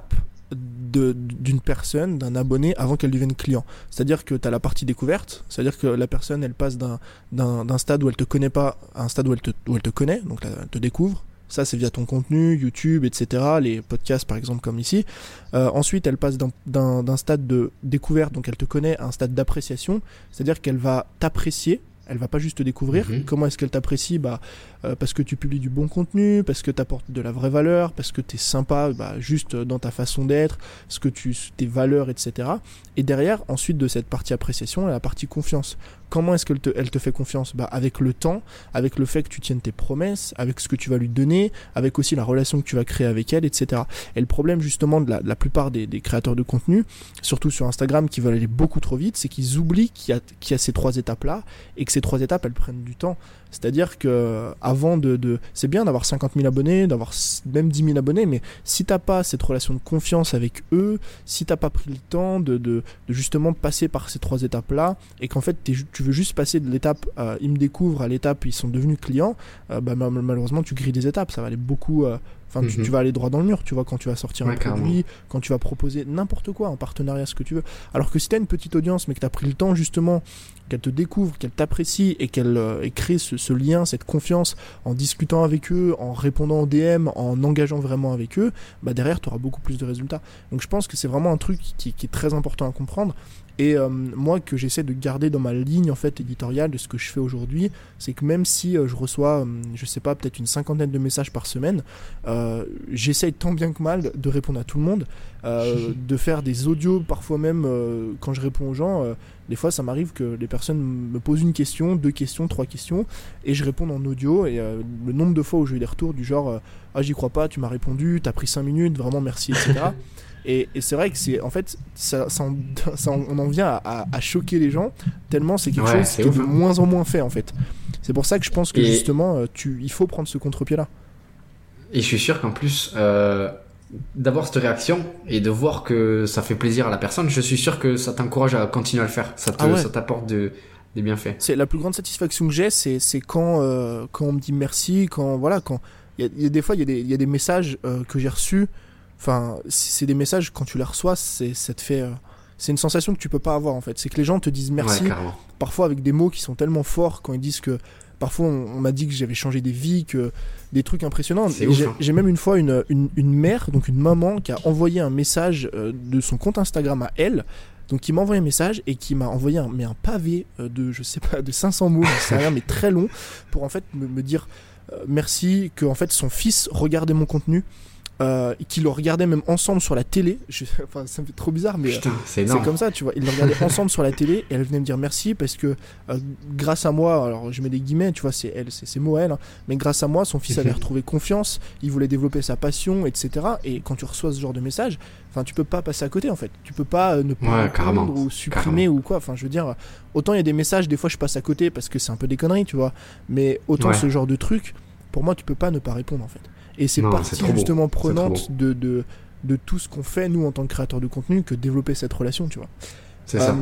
de, d'une personne, d'un abonné avant qu'elle devienne client. C'est-à-dire que tu as la partie découverte, c'est-à-dire que la personne elle passe d'un, d'un, d'un stade où elle te connaît pas à un stade où elle te, où elle te connaît, donc là, elle te découvre. Ça, c'est via ton contenu, YouTube, et cetera. Les podcasts, par exemple, comme ici. Euh, ensuite, elle passe d'un, d'un, d'un stade de découverte, donc elle te connaît, à un stade d'appréciation. C'est-à-dire qu'elle va t'apprécier. Elle va pas juste te découvrir. Mm-hmm. Comment est-ce qu'elle t'apprécie? Bah, euh, parce que tu publies du bon contenu, parce que tu apportes de la vraie valeur, parce que tu es sympa, bah, juste dans ta façon d'être, ce que tu, tes valeurs, et cetera. Et derrière, ensuite de cette partie appréciation, il y a la partie confiance. Comment est-ce qu'elle te, elle te fait confiance? Bah, avec le temps, avec le fait que tu tiennes tes promesses, avec ce que tu vas lui donner, avec aussi la relation que tu vas créer avec elle, et cetera. Et le problème justement de la, de la plupart des, des créateurs de contenu, surtout sur Instagram, qui veulent aller beaucoup trop vite, c'est qu'ils oublient qu'il y a, qu'il y a ces trois étapes-là, et que ces trois étapes, elles prennent du temps. C'est-à-dire que avant de, de, c'est bien d'avoir cinquante mille abonnés, d'avoir même dix mille abonnés, mais si t'as pas cette relation de confiance avec eux, si t'as pas pris le temps de, de, de justement passer par ces trois étapes-là, et qu'en fait t'es, tu veux juste passer de l'étape euh, ils me découvrent à l'étape ils sont devenus clients, euh, bah, malheureusement tu grilles des étapes, ça va aller beaucoup. Euh, Enfin, mm-hmm. tu, tu vas aller droit dans le mur, tu vois, quand tu vas sortir ouais, un produit, carrément. Quand tu vas proposer n'importe quoi, un partenariat, ce que tu veux. Alors que si t'as une petite audience, mais que t'as pris le temps, justement, qu'elle te découvre, qu'elle t'apprécie et qu'elle euh, crée ce, ce lien, cette confiance en discutant avec eux, en répondant aux D M, en engageant vraiment avec eux, bah derrière, t'auras beaucoup plus de résultats. Donc je pense que c'est vraiment un truc qui, qui est très important à comprendre. Et euh, moi, que j'essaie de garder dans ma ligne en fait éditoriale de ce que je fais aujourd'hui, c'est que même si euh, je reçois, euh, je sais pas, peut-être une cinquantaine de messages par semaine, euh, j'essaye tant bien que mal de répondre à tout le monde, euh, de faire des audios parfois même euh, quand je réponds aux gens. Euh, des fois, ça m'arrive que les personnes me posent une question, deux questions, trois questions, et je réponds en audio. Et euh, le nombre de fois où j'ai eu des retours du genre euh, ah j'y crois pas, tu m'as répondu, t'as pris cinq minutes, vraiment merci, et cetera. Et, et c'est vrai que c'est en fait ça, ça, en, ça en, on en vient à, à, à choquer les gens tellement c'est quelque ouais, chose c'est qui ouf, est de hein. moins en moins fait en fait. C'est pour ça que je pense que et justement tu, il faut prendre ce contre-pied là. Et je suis sûr qu'en plus euh, d'avoir cette réaction et de voir que ça fait plaisir à la personne, je suis sûr que ça t'encourage à continuer à le faire. Ça, te, ah ouais. ça t'apporte de, des bienfaits. C'est la plus grande satisfaction que j'ai, c'est, c'est quand, euh, quand on me dit merci, quand voilà, quand il y, y a des fois il y a des, il y a des messages euh, que j'ai reçus. Enfin, c'est des messages, quand tu les reçois, c'est, ça te fait, euh, c'est une sensation que tu peux pas avoir en fait. C'est que les gens te disent merci, ouais, parfois avec des mots qui sont tellement forts, quand ils disent que, parfois on, on m'a dit que j'avais changé des vies, que des trucs impressionnants. C'est ouf, j'ai, hein. j'ai même une fois une, une, une mère, donc une maman, qui a envoyé un message euh, de son compte Instagram à elle. Donc qui m'a envoyé un message et qui m'a envoyé un, mais un pavé euh, de, je sais pas, de cinq cents mots, c'est rien, mais très long, pour en fait me, me dire euh, merci, que en fait son fils regardait mon contenu. Euh, qui le regardaient même ensemble sur la télé. Je, enfin, ça me fait trop bizarre, mais Putain, euh, c'est, c'est comme ça, tu vois. Ils le regardaient ensemble sur la télé et elle venait me dire merci parce que euh, grâce à moi, alors je mets des guillemets, tu vois, c'est elle, c'est, c'est mots à elle, hein, mais grâce à moi, son fils avait retrouvé confiance, il voulait développer sa passion, et cetera. Et quand tu reçois ce genre de message, enfin, tu peux pas passer à côté en fait. Tu peux pas euh, ne pas ouais, répondre ou supprimer carrément. Ou quoi. Enfin, je veux dire, autant il y a des messages, des fois je passe à côté parce que c'est un peu des conneries, tu vois. Mais autant ouais. ce genre de truc, pour moi, tu peux pas ne pas répondre en fait. Et c'est non, partie c'est justement bon. prenante de, de, de tout ce qu'on fait, nous, en tant que créateurs de contenu, que développer cette relation, tu vois. C'est euh, ça.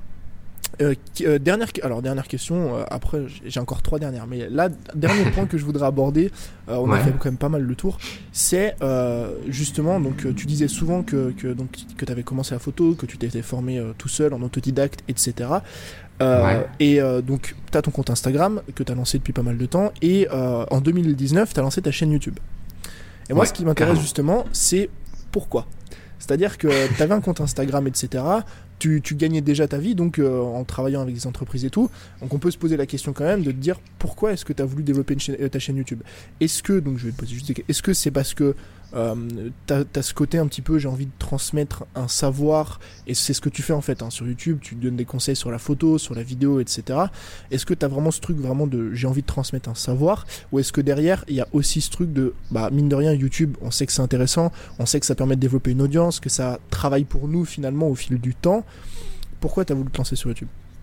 Euh, euh, dernière, alors, dernière question, euh, après, j'ai encore trois dernières, mais là, dernier point que je voudrais aborder, euh, on ouais. a fait quand même pas mal le tour, c'est euh, justement, donc, tu disais souvent que, que, donc, que tu avais commencé la photo, que tu t'étais formé euh, tout seul, en autodidacte, et cetera. Euh, ouais. Et euh, donc, tu as ton compte Instagram que tu as lancé depuis pas mal de temps, et euh, en deux mille dix-neuf, tu as lancé ta chaîne YouTube. Et moi, ouais, ce qui m'intéresse carrément. justement, c'est pourquoi. C'est-à-dire que tu avais un compte Instagram, et cetera. Tu, tu gagnais déjà ta vie, donc euh, en travaillant avec des entreprises et tout. Donc on peut se poser la question quand même de te dire pourquoi est-ce que tu as voulu développer une chaîne, euh, ta chaîne YouTube. Est-ce que, donc je vais te poser juste, est-ce que c'est parce que euh, t'as, t'as ce côté un petit peu, j'ai envie de transmettre un savoir, et c'est ce que tu fais en fait hein, sur YouTube, tu donnes des conseils sur la photo, sur la vidéo, et cetera. Est-ce que t'as vraiment ce truc vraiment de j'ai envie de transmettre un savoir, ou est-ce que derrière il y a aussi ce truc de bah mine de rien YouTube, on sait que c'est intéressant, on sait que ça permet de développer une audience, que ça travaille pour nous finalement au fil du temps. Pourquoi t'as voulu te lancer sur YouTube ?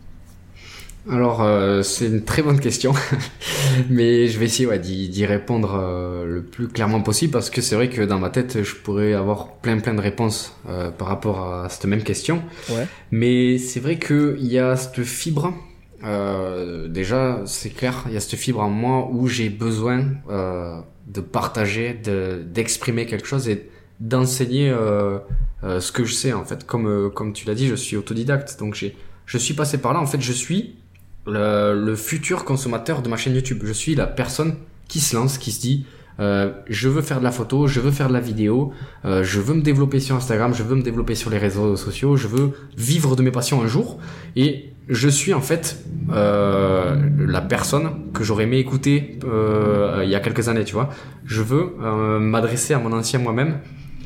Alors, euh, c'est une très bonne question, mais je vais essayer ouais, d'y, d'y répondre euh, le plus clairement possible, parce que c'est vrai que dans ma tête, je pourrais avoir plein plein de réponses euh, par rapport à cette même question. Ouais. Mais c'est vrai qu'il y a cette fibre, euh, déjà, c'est clair, il y a cette fibre en moi où j'ai besoin euh, de partager, de, d'exprimer quelque chose et d'enseigner... Euh, euh, ce que je sais en fait. Comme euh, comme tu l'as dit, je suis autodidacte, donc j'ai je suis passé par là. En fait, je suis le, le futur consommateur de ma chaîne YouTube. Je suis la personne qui se lance, qui se dit euh, je veux faire de la photo, je veux faire de la vidéo, euh, je veux me développer sur Instagram, je veux me développer sur les réseaux sociaux, je veux vivre de mes passions un jour. Et je suis en fait euh, la personne que j'aurais aimé écouter euh, il y a quelques années, tu vois. Je veux euh, m'adresser à mon ancien moi-même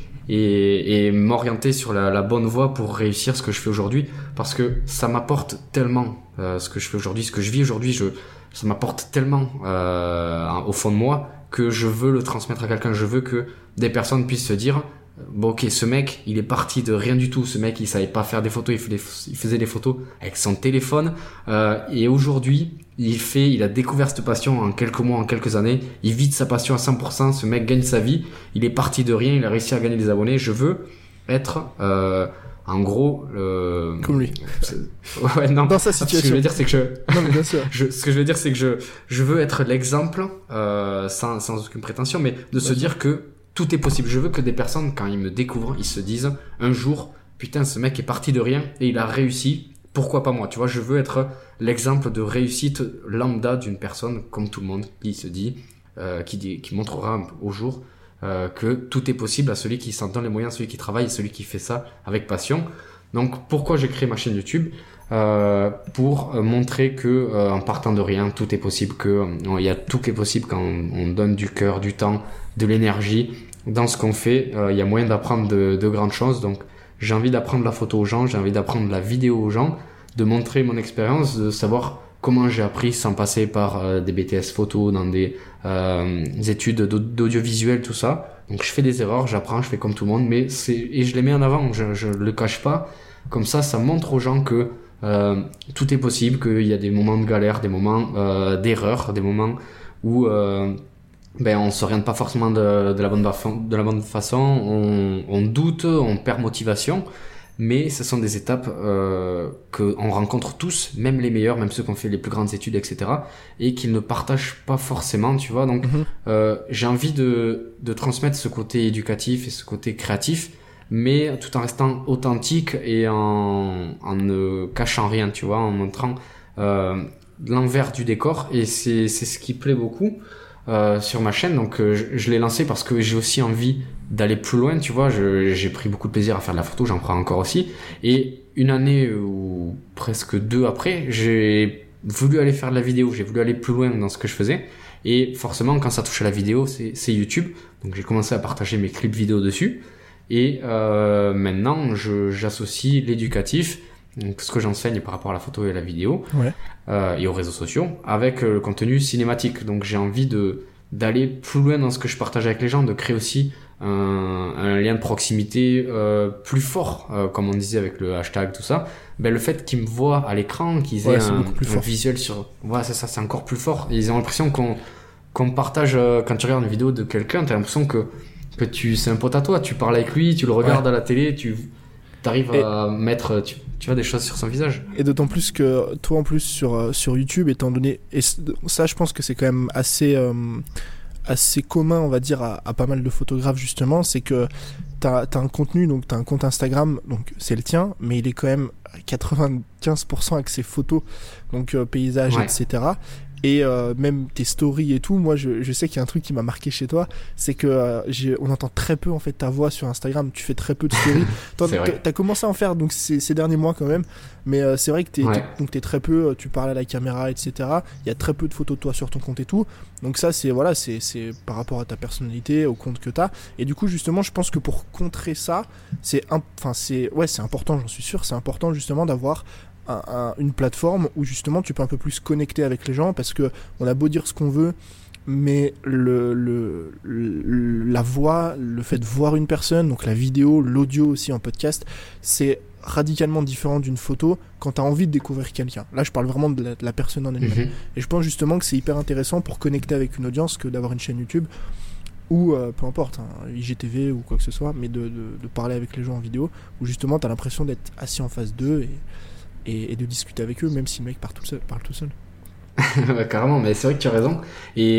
et, et m'orienter sur la, la bonne voie pour réussir ce que je fais aujourd'hui, parce que ça m'apporte tellement euh, ce que je fais aujourd'hui, ce que je vis aujourd'hui, je, ça m'apporte tellement euh, au fond de moi que je veux le transmettre à quelqu'un. Je veux que des personnes puissent se dire bon, ok, ce mec, il est parti de rien du tout. Ce mec, il savait pas faire des photos, il faisait, il faisait des photos avec son téléphone. Euh, et aujourd'hui, il fait, il a découvert cette passion en quelques mois, en quelques années. Il vit de sa passion à cent pour cent. Ce mec gagne sa vie. Il est parti de rien. Il a réussi à gagner des abonnés. Je veux être, euh, en gros, euh... comme lui. Ouais, non. Dans sa situation. Ce que je veux dire, c'est que je. Non, mais bien sûr. je, ce que je veux dire, c'est que je, je veux être l'exemple, euh, sans, sans aucune prétention, mais de bien se sûr. dire que tout est possible. Je veux que des personnes, quand ils me découvrent, ils se disent un jour, putain, ce mec est parti de rien et il a réussi. Pourquoi pas moi? Tu vois, je veux être l'exemple de réussite lambda d'une personne, comme tout le monde, qui se dit, euh, qui dit, qui montrera au jour euh, que tout est possible à celui qui s'en donne les moyens, celui qui travaille, celui qui fait ça avec passion. Donc, pourquoi j'ai créé ma chaîne YouTube? Euh, pour euh, montrer que euh, en partant de rien, tout est possible, que il y a tout qui est possible quand on, on donne du cœur, du temps, de l'énergie dans ce qu'on fait. Il euh, y a moyen d'apprendre de, de grandes choses. Donc, j'ai envie d'apprendre la photo aux gens, j'ai envie d'apprendre la vidéo aux gens, de montrer mon expérience, de savoir comment j'ai appris sans passer par euh, des B T S photo, dans des, euh, des études d'audiovisuel, tout ça. Donc, je fais des erreurs, j'apprends, je fais comme tout le monde, mais c'est et je les mets en avant. Je, je le cache pas. Comme ça, ça montre aux gens que Euh, tout est possible, qu'il y a des moments de galère, des moments euh, d'erreur, des moments où euh, ben on s'oriente pas forcément de, de la bonne fa- de la bonne façon, on, on doute, on perd motivation, mais ce sont des étapes euh, que on rencontre tous, même les meilleurs, même ceux qui ont fait les plus grandes études, et cetera, et qu'ils ne partagent pas forcément, tu vois. Donc mm-hmm. euh, j'ai envie de de transmettre ce côté éducatif et ce côté créatif, mais tout en restant authentique et en, en ne cachant rien, tu vois, en montrant euh, l'envers du décor. Et c'est, c'est ce qui plaît beaucoup euh, sur ma chaîne. Donc euh, je, je l'ai lancé parce que j'ai aussi envie d'aller plus loin, tu vois. Je, j'ai pris beaucoup de plaisir à faire de la photo, j'en prends encore aussi. Et une année ou presque deux après, j'ai voulu aller faire de la vidéo, j'ai voulu aller plus loin dans ce que je faisais. Et forcément, quand ça touche à la vidéo, c'est, c'est YouTube. Donc j'ai commencé à partager mes clips vidéo dessus. Et euh, maintenant, je, j'associe l'éducatif, donc ce que j'enseigne par rapport à la photo et à la vidéo, ouais. euh, et aux réseaux sociaux, avec euh, le contenu cinématique. Donc j'ai envie de d'aller plus loin dans ce que je partage avec les gens, de créer aussi un, un lien de proximité euh, plus fort, euh, comme on disait avec le hashtag, tout ça. Ben, le fait qu'ils me voient à l'écran, qu'ils ouais, aient un, un visuel sur... Voilà, c'est ça, c'est encore plus fort. Et ils ont l'impression qu'on, qu'on partage... Euh, quand tu regardes une vidéo de quelqu'un, t'as l'impression que que tu c'est un pote à toi, tu parles avec lui, tu le regardes ouais. à la télé, tu arrives à mettre tu, tu vois des choses sur son visage. Et d'autant plus que toi en plus sur sur YouTube, étant donné, et ça je pense que c'est quand même assez euh, assez commun, on va dire, à, à pas mal de photographes justement, c'est que t'as t'as un contenu, donc t'as un compte Instagram, donc c'est le tien, mais il est quand même à quatre-vingt-quinze pour cent avec ses photos, donc euh, paysages, ouais. et cetera. Et euh, même tes stories et tout, moi je, je sais qu'il y a un truc qui m'a marqué chez toi, c'est que euh, j'ai, on entend très peu en fait ta voix sur Instagram, tu fais très peu de stories. T'as, t'as commencé à en faire donc ces, ces derniers mois quand même, mais euh, c'est vrai que t'es, ouais. t'es, donc t'es très peu, tu parles à la caméra, et cetera. Il y a très peu de photos de toi sur ton compte et tout. Donc ça c'est voilà, c'est, c'est par rapport à ta personnalité, au compte que t'as. Et du coup justement, je pense que pour contrer ça, c'est, enfin c'est, ouais c'est important, j'en suis sûr, c'est important justement d'avoir Un, un, une plateforme où justement tu peux un peu plus connecter avec les gens, parce que on a beau dire ce qu'on veut, mais le, le, le la voix, le fait de voir une personne, donc la vidéo, l'audio aussi en podcast, c'est radicalement différent d'une photo quand tu as envie de découvrir quelqu'un. Là je parle vraiment de la, de la personne en elle-même. Mm-hmm. Et je pense justement que c'est hyper intéressant pour connecter avec une audience que d'avoir une chaîne YouTube ou euh, peu importe, hein, I G T V ou quoi que ce soit, mais de, de, de parler avec les gens en vidéo, où justement tu as l'impression d'être assis en face d'eux et Et, et de discuter avec eux, même si le mec part tout seul, parle tout seul. Ouais, carrément, mais c'est vrai que tu as raison. Et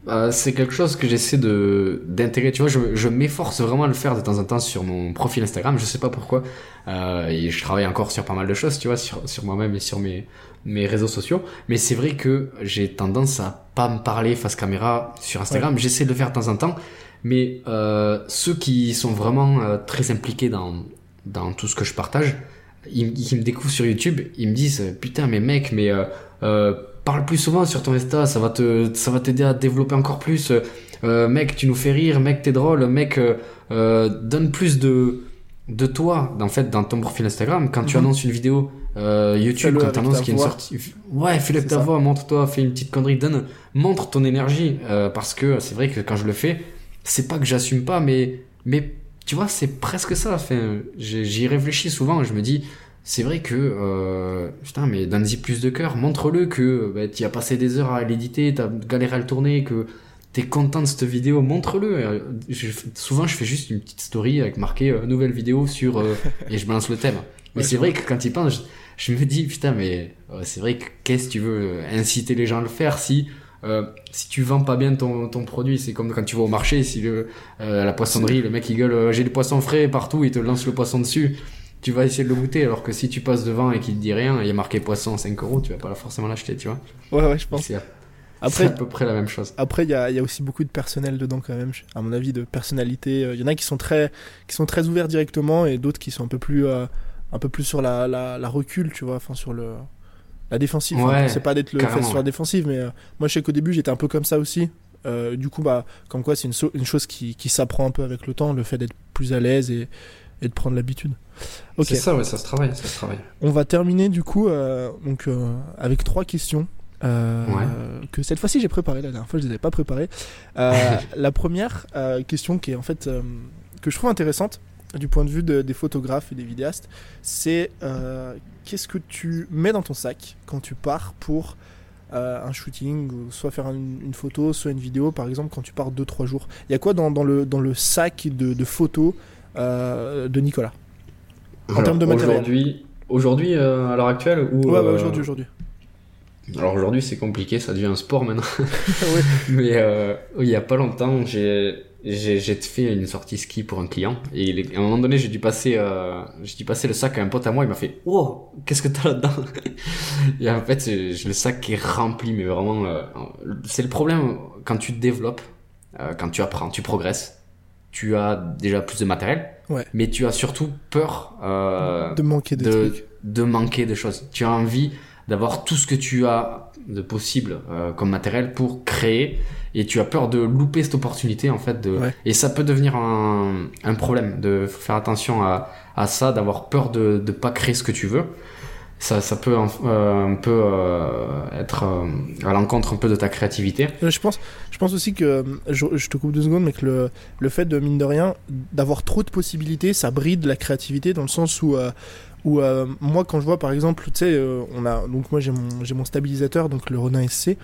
Euh, c'est quelque chose que j'essaie de d'intégrer. Tu vois, je, je m'efforce vraiment à le faire de temps en temps sur mon profil Instagram. Je sais pas pourquoi. Euh, et je travaille encore sur pas mal de choses, tu vois, sur sur moi-même et sur mes mes réseaux sociaux. Mais c'est vrai que j'ai tendance à pas me parler face caméra sur Instagram. Ouais. J'essaie de le faire de temps en temps. Mais euh, ceux qui sont vraiment euh, très impliqués dans dans tout ce que je partage, ils, ils me découvrent sur YouTube, ils me disent putain mais mec mais euh, euh, parle plus souvent sur ton Insta, ça va te ça va t'aider à développer encore plus. Euh, mec tu nous fais rire, mec t'es drôle, mec euh, euh, donne plus de de toi en fait dans ton profil Instagram quand mm-hmm. tu annonces une vidéo euh, YouTube, quand tu annonces qu'il y a une sortie, ouais fais-le avec ta voix, montre-toi, fais une petite connerie, donne montre ton énergie euh, parce que c'est vrai que quand je le fais c'est pas que j'assume pas, mais, mais tu vois, c'est presque ça. Enfin, j'y réfléchis souvent et je me dis, c'est vrai que, euh, putain, mais donne-y plus de cœur, montre-le que bah, tu as passé des heures à l'éditer, tu as galéré à le tourner, que t'es content de cette vidéo, montre-le. Je, souvent, je fais juste une petite story avec marqué euh, nouvelle vidéo sur, euh, et je balance le thème. Mais ouais, c'est vrai que quand il pense, je, je me dis, putain, mais euh, c'est vrai que qu'est-ce que tu veux inciter les gens à le faire si. Euh, si tu vends pas bien ton, ton produit, c'est comme quand tu vas au marché, si le, euh, la poissonnerie, le mec il gueule euh, j'ai des poissons frais partout, il te lance le poisson dessus, tu vas essayer de le goûter, alors que si tu passes devant et qu'il te dit rien, il y a marqué poisson cinq euros, tu vas pas forcément l'acheter, tu vois. Ouais, ouais, je pense. C'est, après, c'est à peu près la même chose. Après, il y a, y a aussi beaucoup de personnel dedans quand même, à mon avis, de personnalité. Il y en a qui sont très, qui sont très ouverts directement et d'autres qui sont un peu plus, euh, un peu plus sur la, la, la recul, tu vois, enfin sur le. La défensive, ouais, enfin, c'est pas d'être le fait sur la ouais. défensive, mais euh, moi je sais qu'au début j'étais un peu comme ça aussi. Euh, du coup, bah, comme quoi c'est une, so- une chose qui, qui s'apprend un peu avec le temps, le fait d'être plus à l'aise et, et de prendre l'habitude. Okay. C'est ça, ouais, ça se travaille, ça se travaille. On va terminer du coup euh, donc, euh, avec trois questions. Euh, ouais. Que cette fois-ci j'ai préparé, la dernière fois je les avais pas préparées. Euh, la première euh, question qui est en fait euh, que je trouve intéressante du point de vue de, des photographes et des vidéastes, c'est euh, qu'est-ce que tu mets dans ton sac quand tu pars pour euh, un shooting, ou soit faire une, une photo, soit une vidéo, par exemple quand tu pars deux trois jours. Il y a quoi dans, dans, le, dans le sac de, de photos euh, de Nicolas en Alors, termes de matériel? Aujourd'hui, aujourd'hui euh, à l'heure actuelle ou, Ouais, euh... ouais aujourd'hui, aujourd'hui. Alors aujourd'hui c'est compliqué, ça devient un sport maintenant. Oui. Mais euh, il y a pas longtemps j'ai j'ai j'ai fait une sortie ski pour un client et il est, à un moment donné j'ai dû passer euh, j'ai dû passer le sac à un pote à moi, il m'a fait wow qu'est-ce que t'as là-dedans. Et en fait c'est, le sac est rempli, mais vraiment euh, c'est le problème quand tu te développes, euh, quand tu apprends, tu progresses, tu as déjà plus de matériel, ouais. mais tu as surtout peur euh, de manquer des de, trucs, de manquer des choses. Tu as envie d'avoir tout ce que tu as de possible euh, comme matériel pour créer, et tu as peur de louper cette opportunité en fait de ouais. Et ça peut devenir un, un problème de faire attention à, à ça, d'avoir peur de de pas créer ce que tu veux. Ça ça peut euh, un peu euh, être euh, à l'encontre un peu de ta créativité. Je pense je pense aussi que je, je te coupe deux secondes, mais que le le fait de mine de rien d'avoir trop de possibilités, ça bride la créativité dans le sens où euh, Ou euh, moi quand je vois par exemple, tu sais, euh, on a donc moi j'ai mon j'ai mon stabilisateur, donc le Ronin S C,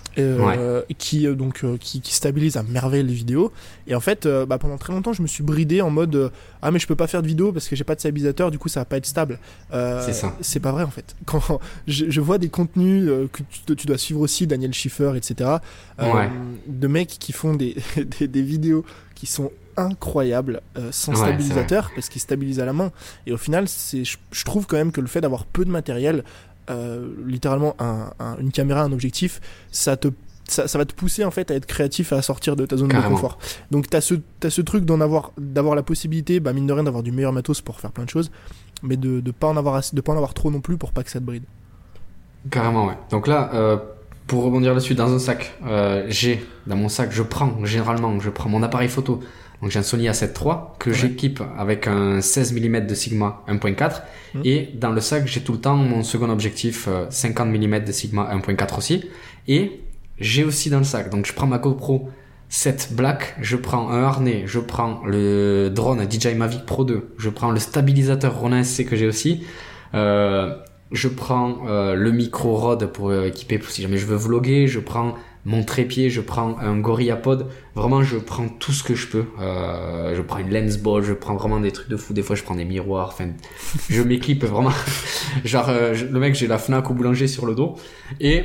euh, ouais. qui euh, donc euh, qui, qui stabilise à merveille les vidéos. Et en fait, euh, bah, pendant très longtemps, je me suis bridé en mode euh, ah mais je peux pas faire de vidéo parce que j'ai pas de stabilisateur, du coup ça va pas être stable. Euh, c'est ça. C'est pas vrai en fait. Quand je, je vois des contenus euh, que tu, tu dois suivre aussi, Daniel Schiffer, et cetera. Euh, ouais. De mecs qui font des des, des vidéos qui sont incroyable euh, sans ouais, stabilisateur parce qu'il stabilise à la main, et au final c'est, je, je trouve quand même que le fait d'avoir peu de matériel, euh, littéralement un, un, une caméra, un objectif, ça te ça, ça va te pousser en fait à être créatif, à sortir de ta zone Carrément. de confort. Donc t'as ce, t'as ce truc d'en avoir, d'avoir la possibilité, bah mine de rien, d'avoir du meilleur matos pour faire plein de choses, mais de, de pas en avoir assez, de pas en avoir trop non plus pour pas que ça te bride. Carrément, ouais. Donc là euh, pour rebondir là-dessus, dans un sac euh, j'ai dans mon sac je prends généralement je prends mon appareil photo. Donc j'ai un Sony A sept trois que ouais. j'équipe avec un seize millimètres de Sigma un point quatre mmh. et dans le sac j'ai tout le temps mon second objectif euh, cinquante millimètres de Sigma un point quatre aussi, et j'ai aussi dans le sac, donc je prends ma GoPro sept Black, je prends un harnais, je prends le drone D J I Mavic Pro deux, je prends le stabilisateur Ronin S C que j'ai aussi, euh, je prends euh, le micro Rode pour euh, équiper pour si jamais je veux vlogger, je prends mon trépied, je prends un GorillaPod, vraiment je prends tout ce que je peux, euh, je prends une lens ball, je prends vraiment des trucs de fou, des fois je prends des miroirs, enfin je m'équipe vraiment, genre euh, je, le mec j'ai la Fnac au boulanger sur le dos, et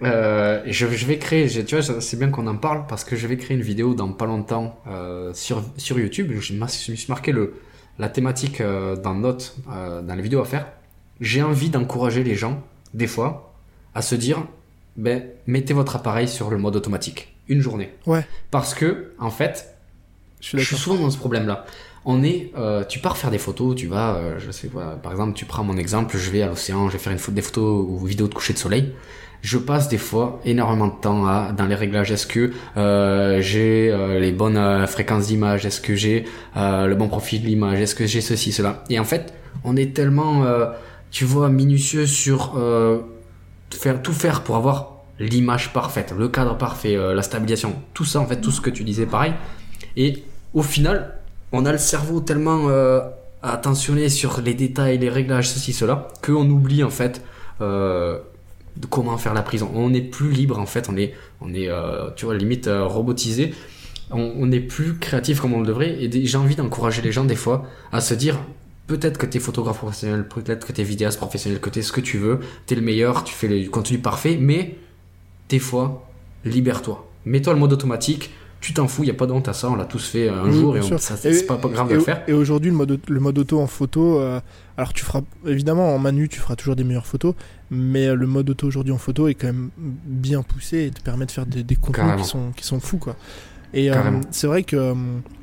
Euh, je, je vais créer, je, tu vois, c'est bien qu'on en parle parce que je vais créer une vidéo dans pas longtemps euh, sur sur YouTube. Je, je me suis marqué le la thématique euh, dans notes euh, dans les vidéos à faire. J'ai envie d'encourager les gens des fois à se dire, ben mettez votre appareil sur le mode automatique une journée. Ouais. Parce que en fait, je suis, je suis souvent dans ce problème-là. On est, euh, tu pars faire des photos, tu vas, euh, je sais pas, par exemple, tu prends mon exemple, je vais à l'océan, je vais faire une photo, des photos ou vidéos de coucher de soleil. Je passe des fois énormément de temps à, dans les réglages. Est-ce que euh, j'ai euh, les bonnes euh, fréquences d'image? Est-ce que j'ai euh, le bon profil d'image? Est-ce que j'ai ceci, cela? Et en fait, on est tellement, euh, tu vois, minutieux sur euh, faire tout faire pour avoir l'image parfaite, le cadre parfait, euh, la stabilisation, tout ça en fait, tout ce que tu disais, pareil. Et au final, on a le cerveau tellement euh, attentionné sur les détails, les réglages, ceci, cela, qu'on oublie en fait. Euh, de comment faire la prise. On n'est plus libre en fait, on est, on est euh, tu vois, limite euh, robotisé. On, on n'est plus créatif comme on le devrait. Et j'ai envie d'encourager les gens des fois à se dire, peut-être que t'es photographe professionnel, peut-être que t'es vidéaste professionnel, que t'es ce que tu veux, t'es le meilleur, tu fais le contenu parfait, mais des fois, libère-toi. Mets-toi le mode automatique. Tu t'en fous, il n'y a pas de honte à ça, on l'a tous fait un oui, jour et, on, ça, c'est, et c'est pas, pas grave et, de le faire. Et aujourd'hui, le mode, le mode auto en photo, euh, alors tu feras, évidemment en manu, tu feras toujours des meilleures photos, mais le mode auto aujourd'hui en photo est quand même bien poussé et te permet de faire des, des contenus qui sont, qui sont fous, quoi. Et euh, c'est vrai que,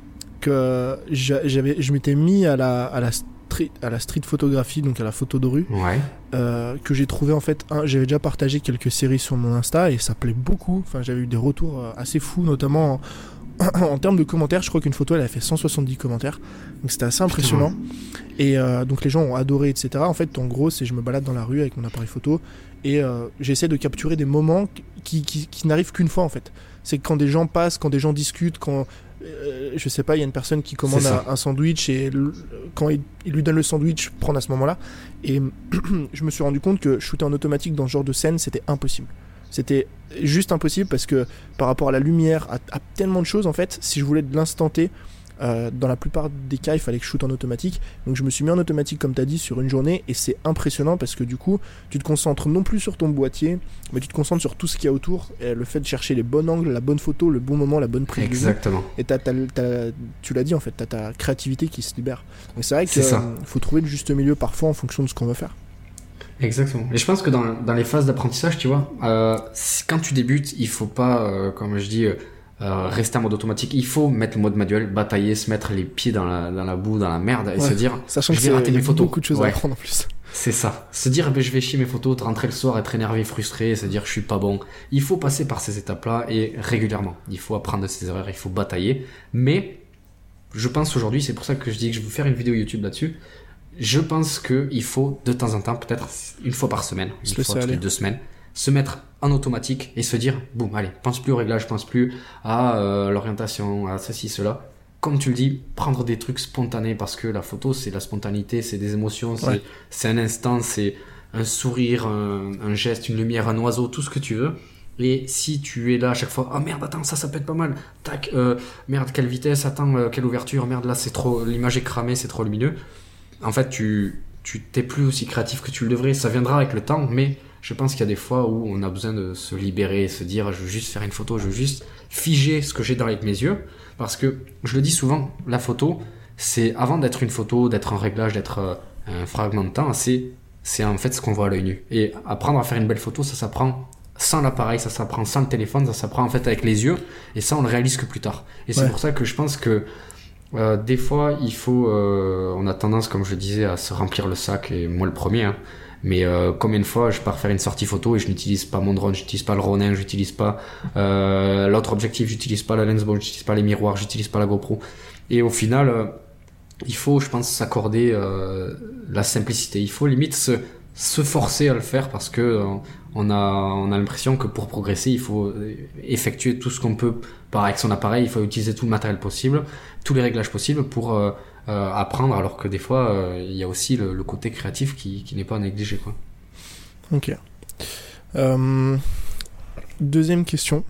que j'avais, je m'étais mis à la, à la street, à la street photographie, donc à la photo de rue, ouais. euh, que j'ai trouvé en fait, un, j'avais déjà partagé quelques séries sur mon Insta et ça plaît beaucoup. Enfin, j'avais eu des retours assez fous, notamment en, en termes de commentaires. Je crois qu'une photo elle a fait cent soixante-dix commentaires, donc c'était assez impressionnant. Putain. Et euh, donc les gens ont adoré, et cetera. En fait, en gros, c'est je me balade dans la rue avec mon appareil photo et euh, j'essaie de capturer des moments qui, qui, qui n'arrivent qu'une fois en fait. C'est quand des gens passent, quand des gens discutent, quand Euh, je sais pas, il y a une personne qui commande un, un sandwich et le, quand il, il lui donne le sandwich, prendre à ce moment-là. Et je me suis rendu compte que shooter en automatique dans ce genre de scène, c'était impossible. C'était juste impossible parce que par rapport à la lumière, à, à tellement de choses, en fait, si je voulais de l'instant T, euh, dans la plupart des cas, il fallait que je shoote en automatique. Donc je me suis mis en automatique, comme tu as dit, sur une journée et c'est impressionnant parce que du coup, tu te concentres non plus sur ton boîtier, mais tu te concentres sur tout ce qu'il y a autour, et le fait de chercher les bons angles, la bonne photo, le bon moment, la bonne prise. Exactement. Et t'as, t'as, t'as, tu l'as dit en fait, tu as ta créativité qui se libère. Donc c'est vrai qu'il euh, faut trouver le juste milieu parfois en fonction de ce qu'on veut faire. Exactement. Et je pense que dans, dans les phases d'apprentissage, tu vois, euh, quand tu débutes, il faut pas, euh, comme je dis, euh, rester en mode automatique. Il faut mettre le mode manuel, batailler, se mettre les pieds dans la, dans la boue, dans la merde, et ouais, se dire, sachant je vais rater mes photos. Beaucoup de choses ouais. à apprendre en plus. C'est ça. Se dire, ben, je vais chier mes photos, rentrer le soir, être énervé, frustré, se dire, je suis pas bon. Il faut passer par ces étapes-là et régulièrement. Il faut apprendre de ses erreurs, il faut batailler. Mais, je pense aujourd'hui, c'est pour ça que je dis que je vais vous faire une vidéo YouTube là-dessus. Je pense qu'il faut, de temps en temps, peut-être une fois par semaine, une fois toutes les deux semaines, se mettre en automatique et se dire, boum, allez, pense plus au réglage, pense plus à euh, l'orientation, à ceci, cela. Comme tu le dis, prendre des trucs spontanés parce que la photo, c'est la spontanéité, c'est des émotions, c'est, ouais. c'est un instant, c'est un sourire, un, un geste, une lumière, un oiseau, tout ce que tu veux. Et si tu es là à chaque fois, ah oh, merde, attends, ça, ça peut être pas mal. Tac, euh, merde, quelle vitesse, attends, euh, quelle ouverture, merde, là, c'est trop, l'image est cramée, c'est trop lumineux. En fait, tu, tu t'es plus aussi créatif que tu le devrais. Ça viendra avec le temps, mais je pense qu'il y a des fois où on a besoin de se libérer, se dire, je veux juste faire une photo, je veux juste figer ce que j'ai dans avec mes yeux. Parce que, je le dis souvent, la photo, c'est avant d'être une photo, d'être un réglage, d'être euh, un fragment de temps, c'est, c'est en fait ce qu'on voit à l'œil nu. Et apprendre à faire une belle photo, ça s'apprend sans l'appareil, ça s'apprend sans le téléphone, ça s'apprend en fait avec les yeux. Et ça, on le réalise que plus tard. Et c'est ouais. pour ça que je pense que euh, des fois, il faut, euh, on a tendance, comme je le disais, à se remplir le sac, et moi le premier, hein. Mais euh, combien de fois je pars faire une sortie photo et je n'utilise pas mon drone, j'utilise pas le Ronin, j'utilise pas euh, l'autre objectif, j'utilise pas la Lensbolt, j'utilise pas les miroirs, j'utilise pas la GoPro. Et au final, euh, il faut, je pense, s'accorder euh, la simplicité. Il faut limite se, se forcer à le faire parce que euh, on a, on a l'impression que pour progresser, il faut effectuer tout ce qu'on peut par avec son appareil. Il faut utiliser tout le matériel possible, tous les réglages possibles pour euh, Euh, apprendre, alors que des fois il euh, y a aussi le, le côté créatif qui, qui n'est pas négligé, quoi. Ok. Euh, deuxième question.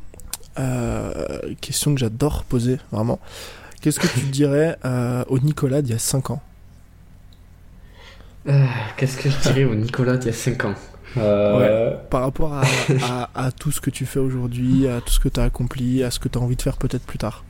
Euh, question que j'adore poser, vraiment. Qu'est-ce que tu dirais euh, au Nicolas d'il y a cinq ans ? euh, Qu'est-ce que je dirais au Nicolas d'il y a cinq ans ? Euh... Ouais. Par rapport à, à, à tout ce que tu fais aujourd'hui, à tout ce que tu as accompli, à ce que tu as envie de faire peut-être plus tard.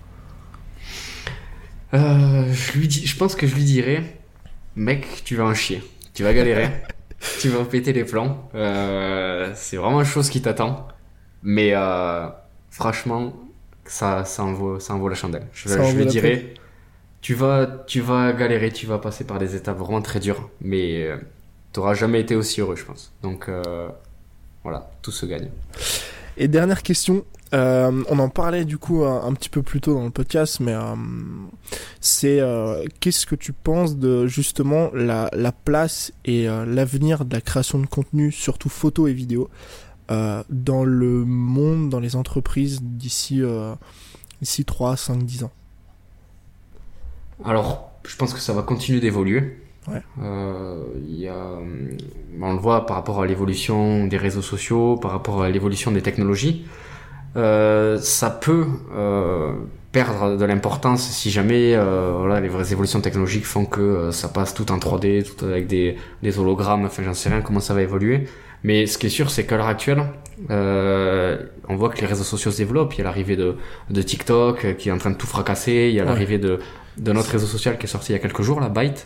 Euh, je lui dis, je pense que je lui dirais, mec, tu vas en chier, tu vas galérer, tu vas péter les plombs. Euh, c'est vraiment une chose qui t'attend, mais euh, franchement, ça, ça en vaut, ça en vaut la chandelle. Je, je lui dirais, tu vas, tu vas galérer, tu vas passer par des étapes vraiment très dures, mais euh, t'auras jamais été aussi heureux, je pense. Donc euh, voilà, tout se gagne. Et dernière question. Euh, on en parlait du coup un, un petit peu plus tôt dans le podcast, mais euh, c'est euh, qu'est-ce que tu penses de justement la, la place et euh, l'avenir de la création de contenu, surtout photo et vidéo, euh, dans le monde, dans les entreprises d'ici euh, d'ici trois, cinq, dix ans? Alors, je pense que ça va continuer d'évoluer. Ouais. Euh, y a, on le voit par rapport à l'évolution des réseaux sociaux, par rapport à l'évolution des technologies. Euh, ça peut euh, perdre de l'importance si jamais euh, voilà, les vraies évolutions technologiques font que euh, ça passe tout en trois D, tout avec des, des hologrammes, enfin j'en sais rien comment ça va évoluer. Mais ce qui est sûr, c'est qu'à l'heure actuelle, euh, on voit que les réseaux sociaux se développent. Il y a l'arrivée de, de TikTok euh, qui est en train de tout fracasser. Il y a ouais. l'arrivée de, de notre réseau social qui est sorti il y a quelques jours, la Byte.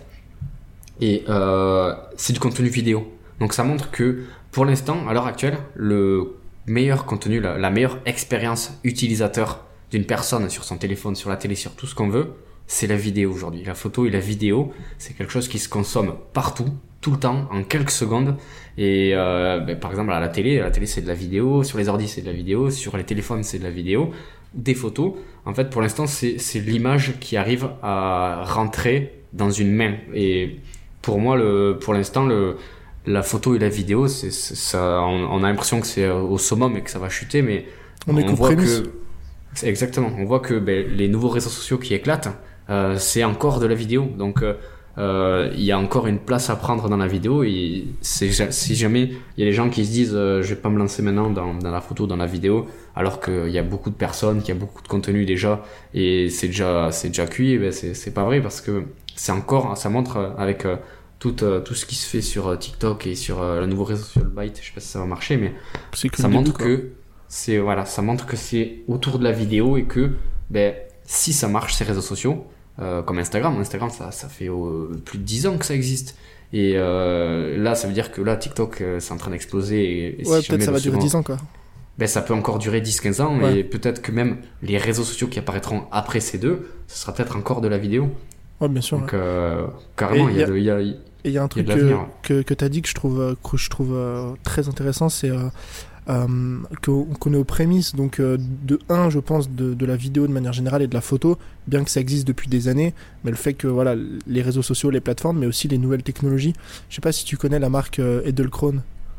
Et euh, c'est du contenu vidéo. Donc ça montre que pour l'instant, à l'heure actuelle, le meilleur contenu, la, la meilleure expérience utilisateur d'une personne sur son téléphone, sur la télé, sur tout ce qu'on veut, c'est la vidéo aujourd'hui. La photo et la vidéo, c'est quelque chose qui se consomme partout, tout le temps, en quelques secondes. Et euh, ben, par exemple, à la télé, à la télé c'est de la vidéo, sur les ordi c'est de la vidéo, sur les téléphones c'est de la vidéo, des photos. En fait, pour l'instant, c'est, c'est l'image qui arrive à rentrer dans une main. Et pour moi, le, pour l'instant, le la photo et la vidéo, c'est, c'est ça, on, on a l'impression que c'est au summum et que ça va chuter, mais on, on voit que c'est exactement, on voit que ben, les nouveaux réseaux sociaux qui éclatent, euh, c'est encore de la vidéo. Donc il euh, y a encore une place à prendre dans la vidéo. Et c'est, si jamais il y a des gens qui se disent, euh, je vais pas me lancer maintenant dans, dans la photo, dans la vidéo, alors qu'il y a beaucoup de personnes, qu'il y a beaucoup de contenu déjà, et c'est déjà, c'est déjà cuit, ben c'est, c'est pas vrai parce que c'est encore, ça montre avec euh, Tout, euh, tout ce qui se fait sur euh, TikTok et sur euh, le nouveau réseau social Byte, je sais pas si ça va marcher, mais ça montre début, que c'est voilà, ça montre que c'est autour de la vidéo et que ben si ça marche ces réseaux sociaux euh, comme Instagram, Instagram ça ça fait euh, plus de dix ans que ça existe et euh, là ça veut dire que là TikTok euh, c'est en train d'exploser et, et ouais si peut-être ça va second, durer dix ans quoi. Ben ça peut encore durer dix quinze ans ouais. Et peut-être que même les réseaux sociaux qui apparaîtront après ces deux, ce sera peut-être encore de la vidéo. Ouais, bien sûr. Donc ouais. euh, carrément il y, y a il y a Et il y a un truc que, que, que tu as dit que je trouve, que je trouve euh, très intéressant, c'est euh, euh, qu'on, qu'on est aux prémices. Donc, euh, de un, je pense, de, de la vidéo de manière générale et de la photo, bien que ça existe depuis des années, mais le fait que voilà, les réseaux sociaux, les plateformes, mais aussi les nouvelles technologies. Je sais pas si tu connais la marque euh, Edelkrone.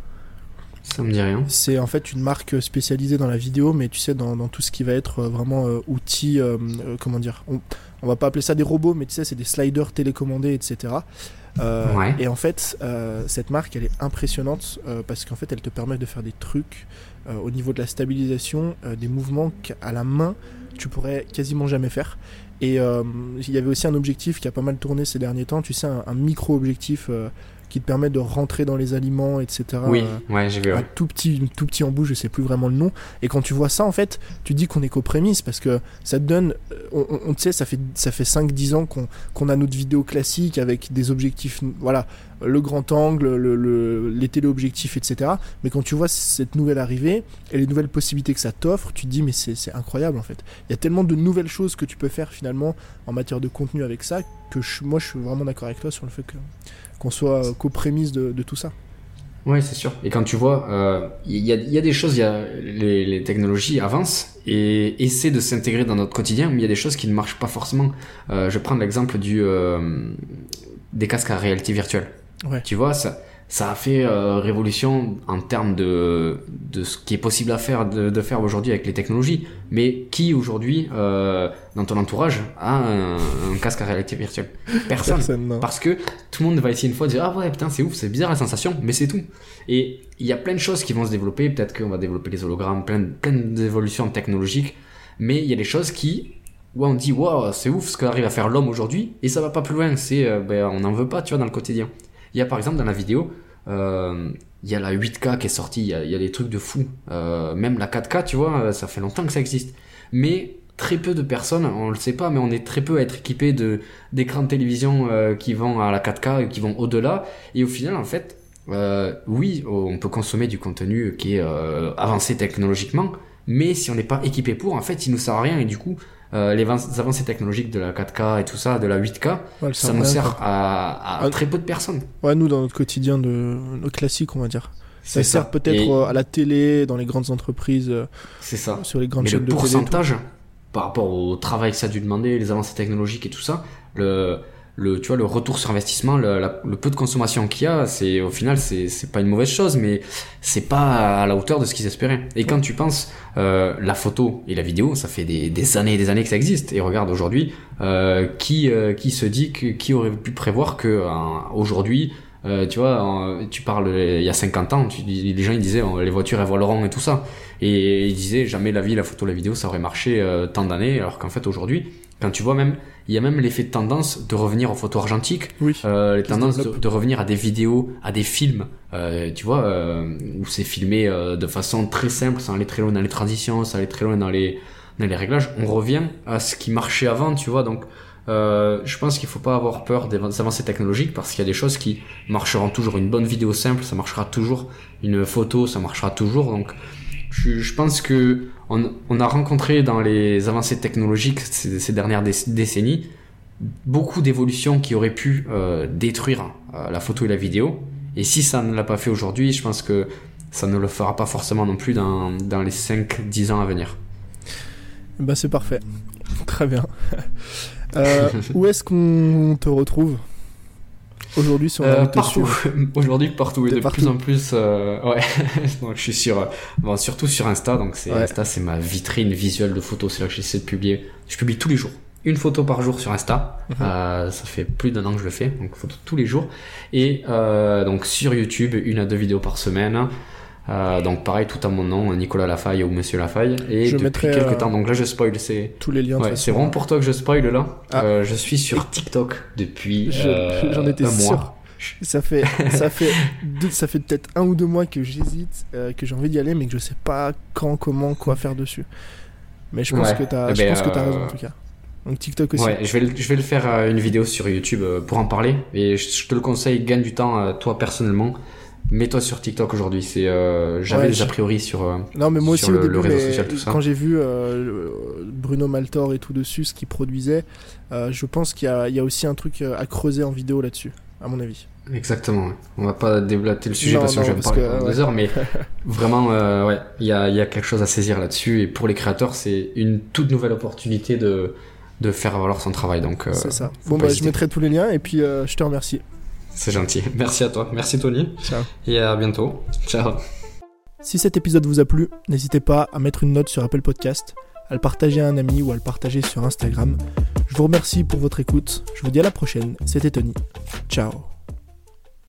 Ça me dit rien. C'est en fait une marque spécialisée dans la vidéo, mais tu sais, dans, dans tout ce qui va être euh, vraiment euh, outils, euh, euh, comment dire, on, on va pas appeler ça des robots, mais tu sais, c'est des sliders télécommandés, et cetera. Euh, ouais. Et en fait, euh, cette marque, elle est impressionnante euh, parce qu'en fait, elle te permet de faire des trucs euh, au niveau de la stabilisation, euh, des mouvements qu'à la main, tu pourrais quasiment jamais faire. Et euh, il y avait aussi un objectif qui a pas mal tourné ces derniers temps, tu sais, un, un micro-objectif euh, qui te permet de rentrer dans les aliments, et cetera. Oui, ouais, j'ai vu. Un ouais. tout petit, tout petit embout, je sais plus vraiment le nom. Et quand tu vois ça, en fait, tu dis qu'on est qu'aux prémices parce que ça te donne, on, on, on tu sais, ça fait, ça fait cinq dix ans qu'on, qu'on a notre vidéo classique avec des objectifs, voilà, le grand angle, le, le, les téléobjectifs, et cetera. Mais quand tu vois cette nouvelle arrivée et les nouvelles possibilités que ça t'offre, tu te dis mais c'est, c'est incroyable en fait. Il y a tellement de nouvelles choses que tu peux faire finalement en matière de contenu avec ça que je, moi je suis vraiment d'accord avec toi sur le fait que qu'on soit qu'aux prémices de, de tout ça. Oui, c'est sûr. Et quand tu vois, il euh, y, a, y a des choses, y a, les, les technologies avancent et essaient de s'intégrer dans notre quotidien, mais il y a des choses qui ne marchent pas forcément. Euh, je prends l'exemple du, euh, des casques à réalité virtuelle. Ouais. Tu vois, ça, ça a fait euh, révolution en termes de, de ce qui est possible à faire, de, de faire aujourd'hui avec les technologies. Mais qui aujourd'hui, euh, dans ton entourage, a un, un casque à réalité virtuelle? Personne. Personne, parce que tout le monde va essayer une fois de dire ah ouais putain c'est ouf, c'est bizarre la sensation, mais c'est tout. Et il y a plein de choses qui vont se développer. Peut-être qu'on va développer les hologrammes, plein, plein d'évolutions technologiques. Mais il y a des choses qui où on dit waouh c'est ouf ce qu'arrive à faire l'homme aujourd'hui, et ça va pas plus loin. C'est euh, ben on n'en veut pas, tu vois, dans le quotidien. Il y a par exemple dans la vidéo, euh, il y a la huit K qui est sortie, il y a, il y a des trucs de fou. Euh, même la quatre K, tu vois, ça fait longtemps que ça existe. Mais très peu de personnes, on le sait pas, mais on est très peu à être équipés de, d'écrans de télévision euh, qui vont à la quatre K et qui vont au-delà. Et au final, en fait, euh, oui, on peut consommer du contenu qui est euh, avancé technologiquement, mais si on n'est pas équipé pour, en fait, il nous sert à rien. Et du coup, euh, les avancées technologiques de la quatre K et tout ça, de la huit K, ouais, ça nous sert à, à ah, très peu de personnes. Ouais, nous, dans notre quotidien de, de classique, on va dire. Ça, ça sert peut-être et... à la télé, dans les grandes entreprises. C'est ça. Sur les grandes mais chaînes le de pourcentage, télé, par rapport au travail que ça a dû demander, les avancées technologiques et tout ça, le, le, tu vois, le retour sur investissement, le, la, le peu de consommation qu'il y a, c'est, au final, c'est, c'est pas une mauvaise chose, mais c'est pas à la hauteur de ce qu'ils espéraient. Et quand tu penses, euh, la photo et la vidéo, ça fait des, des années et des années que ça existe. Et regarde aujourd'hui, euh, qui, euh, qui se dit que, qui aurait pu prévoir que, euh, aujourd'hui, Euh, tu vois, euh, tu parles il y a cinquante ans, tu, les gens ils disaient euh, les voitures elles voleront et tout ça, et ils disaient jamais la vie, la photo, la vidéo ça aurait marché euh, tant d'années, alors qu'en fait aujourd'hui, quand tu vois même, il y a même l'effet de tendance de revenir aux photos argentiques, oui, euh, les tendances de, de revenir à des vidéos, à des films, euh, tu vois, euh, où c'est filmé euh, de façon très simple, sans aller très loin dans les transitions, sans aller très loin dans les dans les réglages. On revient à ce qui marchait avant, tu vois, donc. Euh, je pense qu'il faut pas avoir peur des avancées technologiques parce qu'il y a des choses qui marcheront toujours. Une bonne vidéo simple, ça marchera toujours. Une photo, ça marchera toujours. Donc, je, je pense que on, on a rencontré dans les avancées technologiques ces, ces dernières dé- décennies beaucoup d'évolutions qui auraient pu euh, détruire euh, la photo et la vidéo. Et si ça ne l'a pas fait aujourd'hui, je pense que ça ne le fera pas forcément non plus dans, dans les cinq dix ans à venir. Bah c'est parfait. Très bien. Euh, où est-ce qu'on te retrouve aujourd'hui sur euh, partout aujourd'hui partout et de partout. plus en plus euh, ouais donc je suis sur bon surtout sur Insta, donc c'est ouais. Insta c'est ma vitrine visuelle de photos, c'est là que j'essaie de publier. Je publie tous les jours une photo par jour sur Insta. Mm-hmm. euh, ça fait plus d'un an que je le fais, donc photo tous les jours. Et euh, donc sur YouTube une à deux vidéos par semaine. Euh, donc pareil, tout à mon nom, Nicolas Lafaille ou Monsieur Lafaille. Et je depuis quelques euh, temps, donc là je spoil, c'est tous les liens. Ouais, c'est vraiment pour toi que je spoil là. Ah. Euh, je suis sur TikTok depuis je, euh, j'en étais un sûr. mois. Ça fait ça fait deux, ça fait peut-être un ou deux mois que j'hésite, euh, que j'ai envie d'y aller, mais que je sais pas quand, comment, quoi faire dessus. Mais je pense ouais. que t'as, eh je ben, pense euh... que t'as raison en tout cas. Donc TikTok aussi. Ouais, je vais le, je vais le faire euh, une vidéo sur YouTube euh, pour en parler. Et je, je te le conseille, gagne du temps euh, toi personnellement. Mets-toi sur TikTok aujourd'hui. C'est euh, j'avais ouais, des je... a priori sur euh, non mais moi sur aussi le, au début, le réseau social, tout ça. Quand j'ai vu euh, Bruno Maltor et tout dessus, ce qu'il produisait, euh, je pense qu'il y a, il y a aussi un truc à creuser en vidéo là-dessus, à mon avis. Exactement. Ouais. On va pas déblater le sujet non, parce que non, je vais me parler pendant ouais. deux heures, mais vraiment, euh, ouais, il y a, il y a quelque chose à saisir là-dessus. Et pour les créateurs, c'est une toute nouvelle opportunité de de faire valoir son travail. Donc, euh, c'est ça. Bon bah, je mettrai tous les liens et puis euh, je te remercie. C'est gentil. Merci à toi. Merci Tony. Ciao. Et à bientôt. Ciao. Si cet épisode vous a plu, n'hésitez pas à mettre une note sur Apple Podcast, à le partager à un ami ou à le partager sur Instagram. Je vous remercie pour votre écoute. Je vous dis à la prochaine. C'était Tony. Ciao.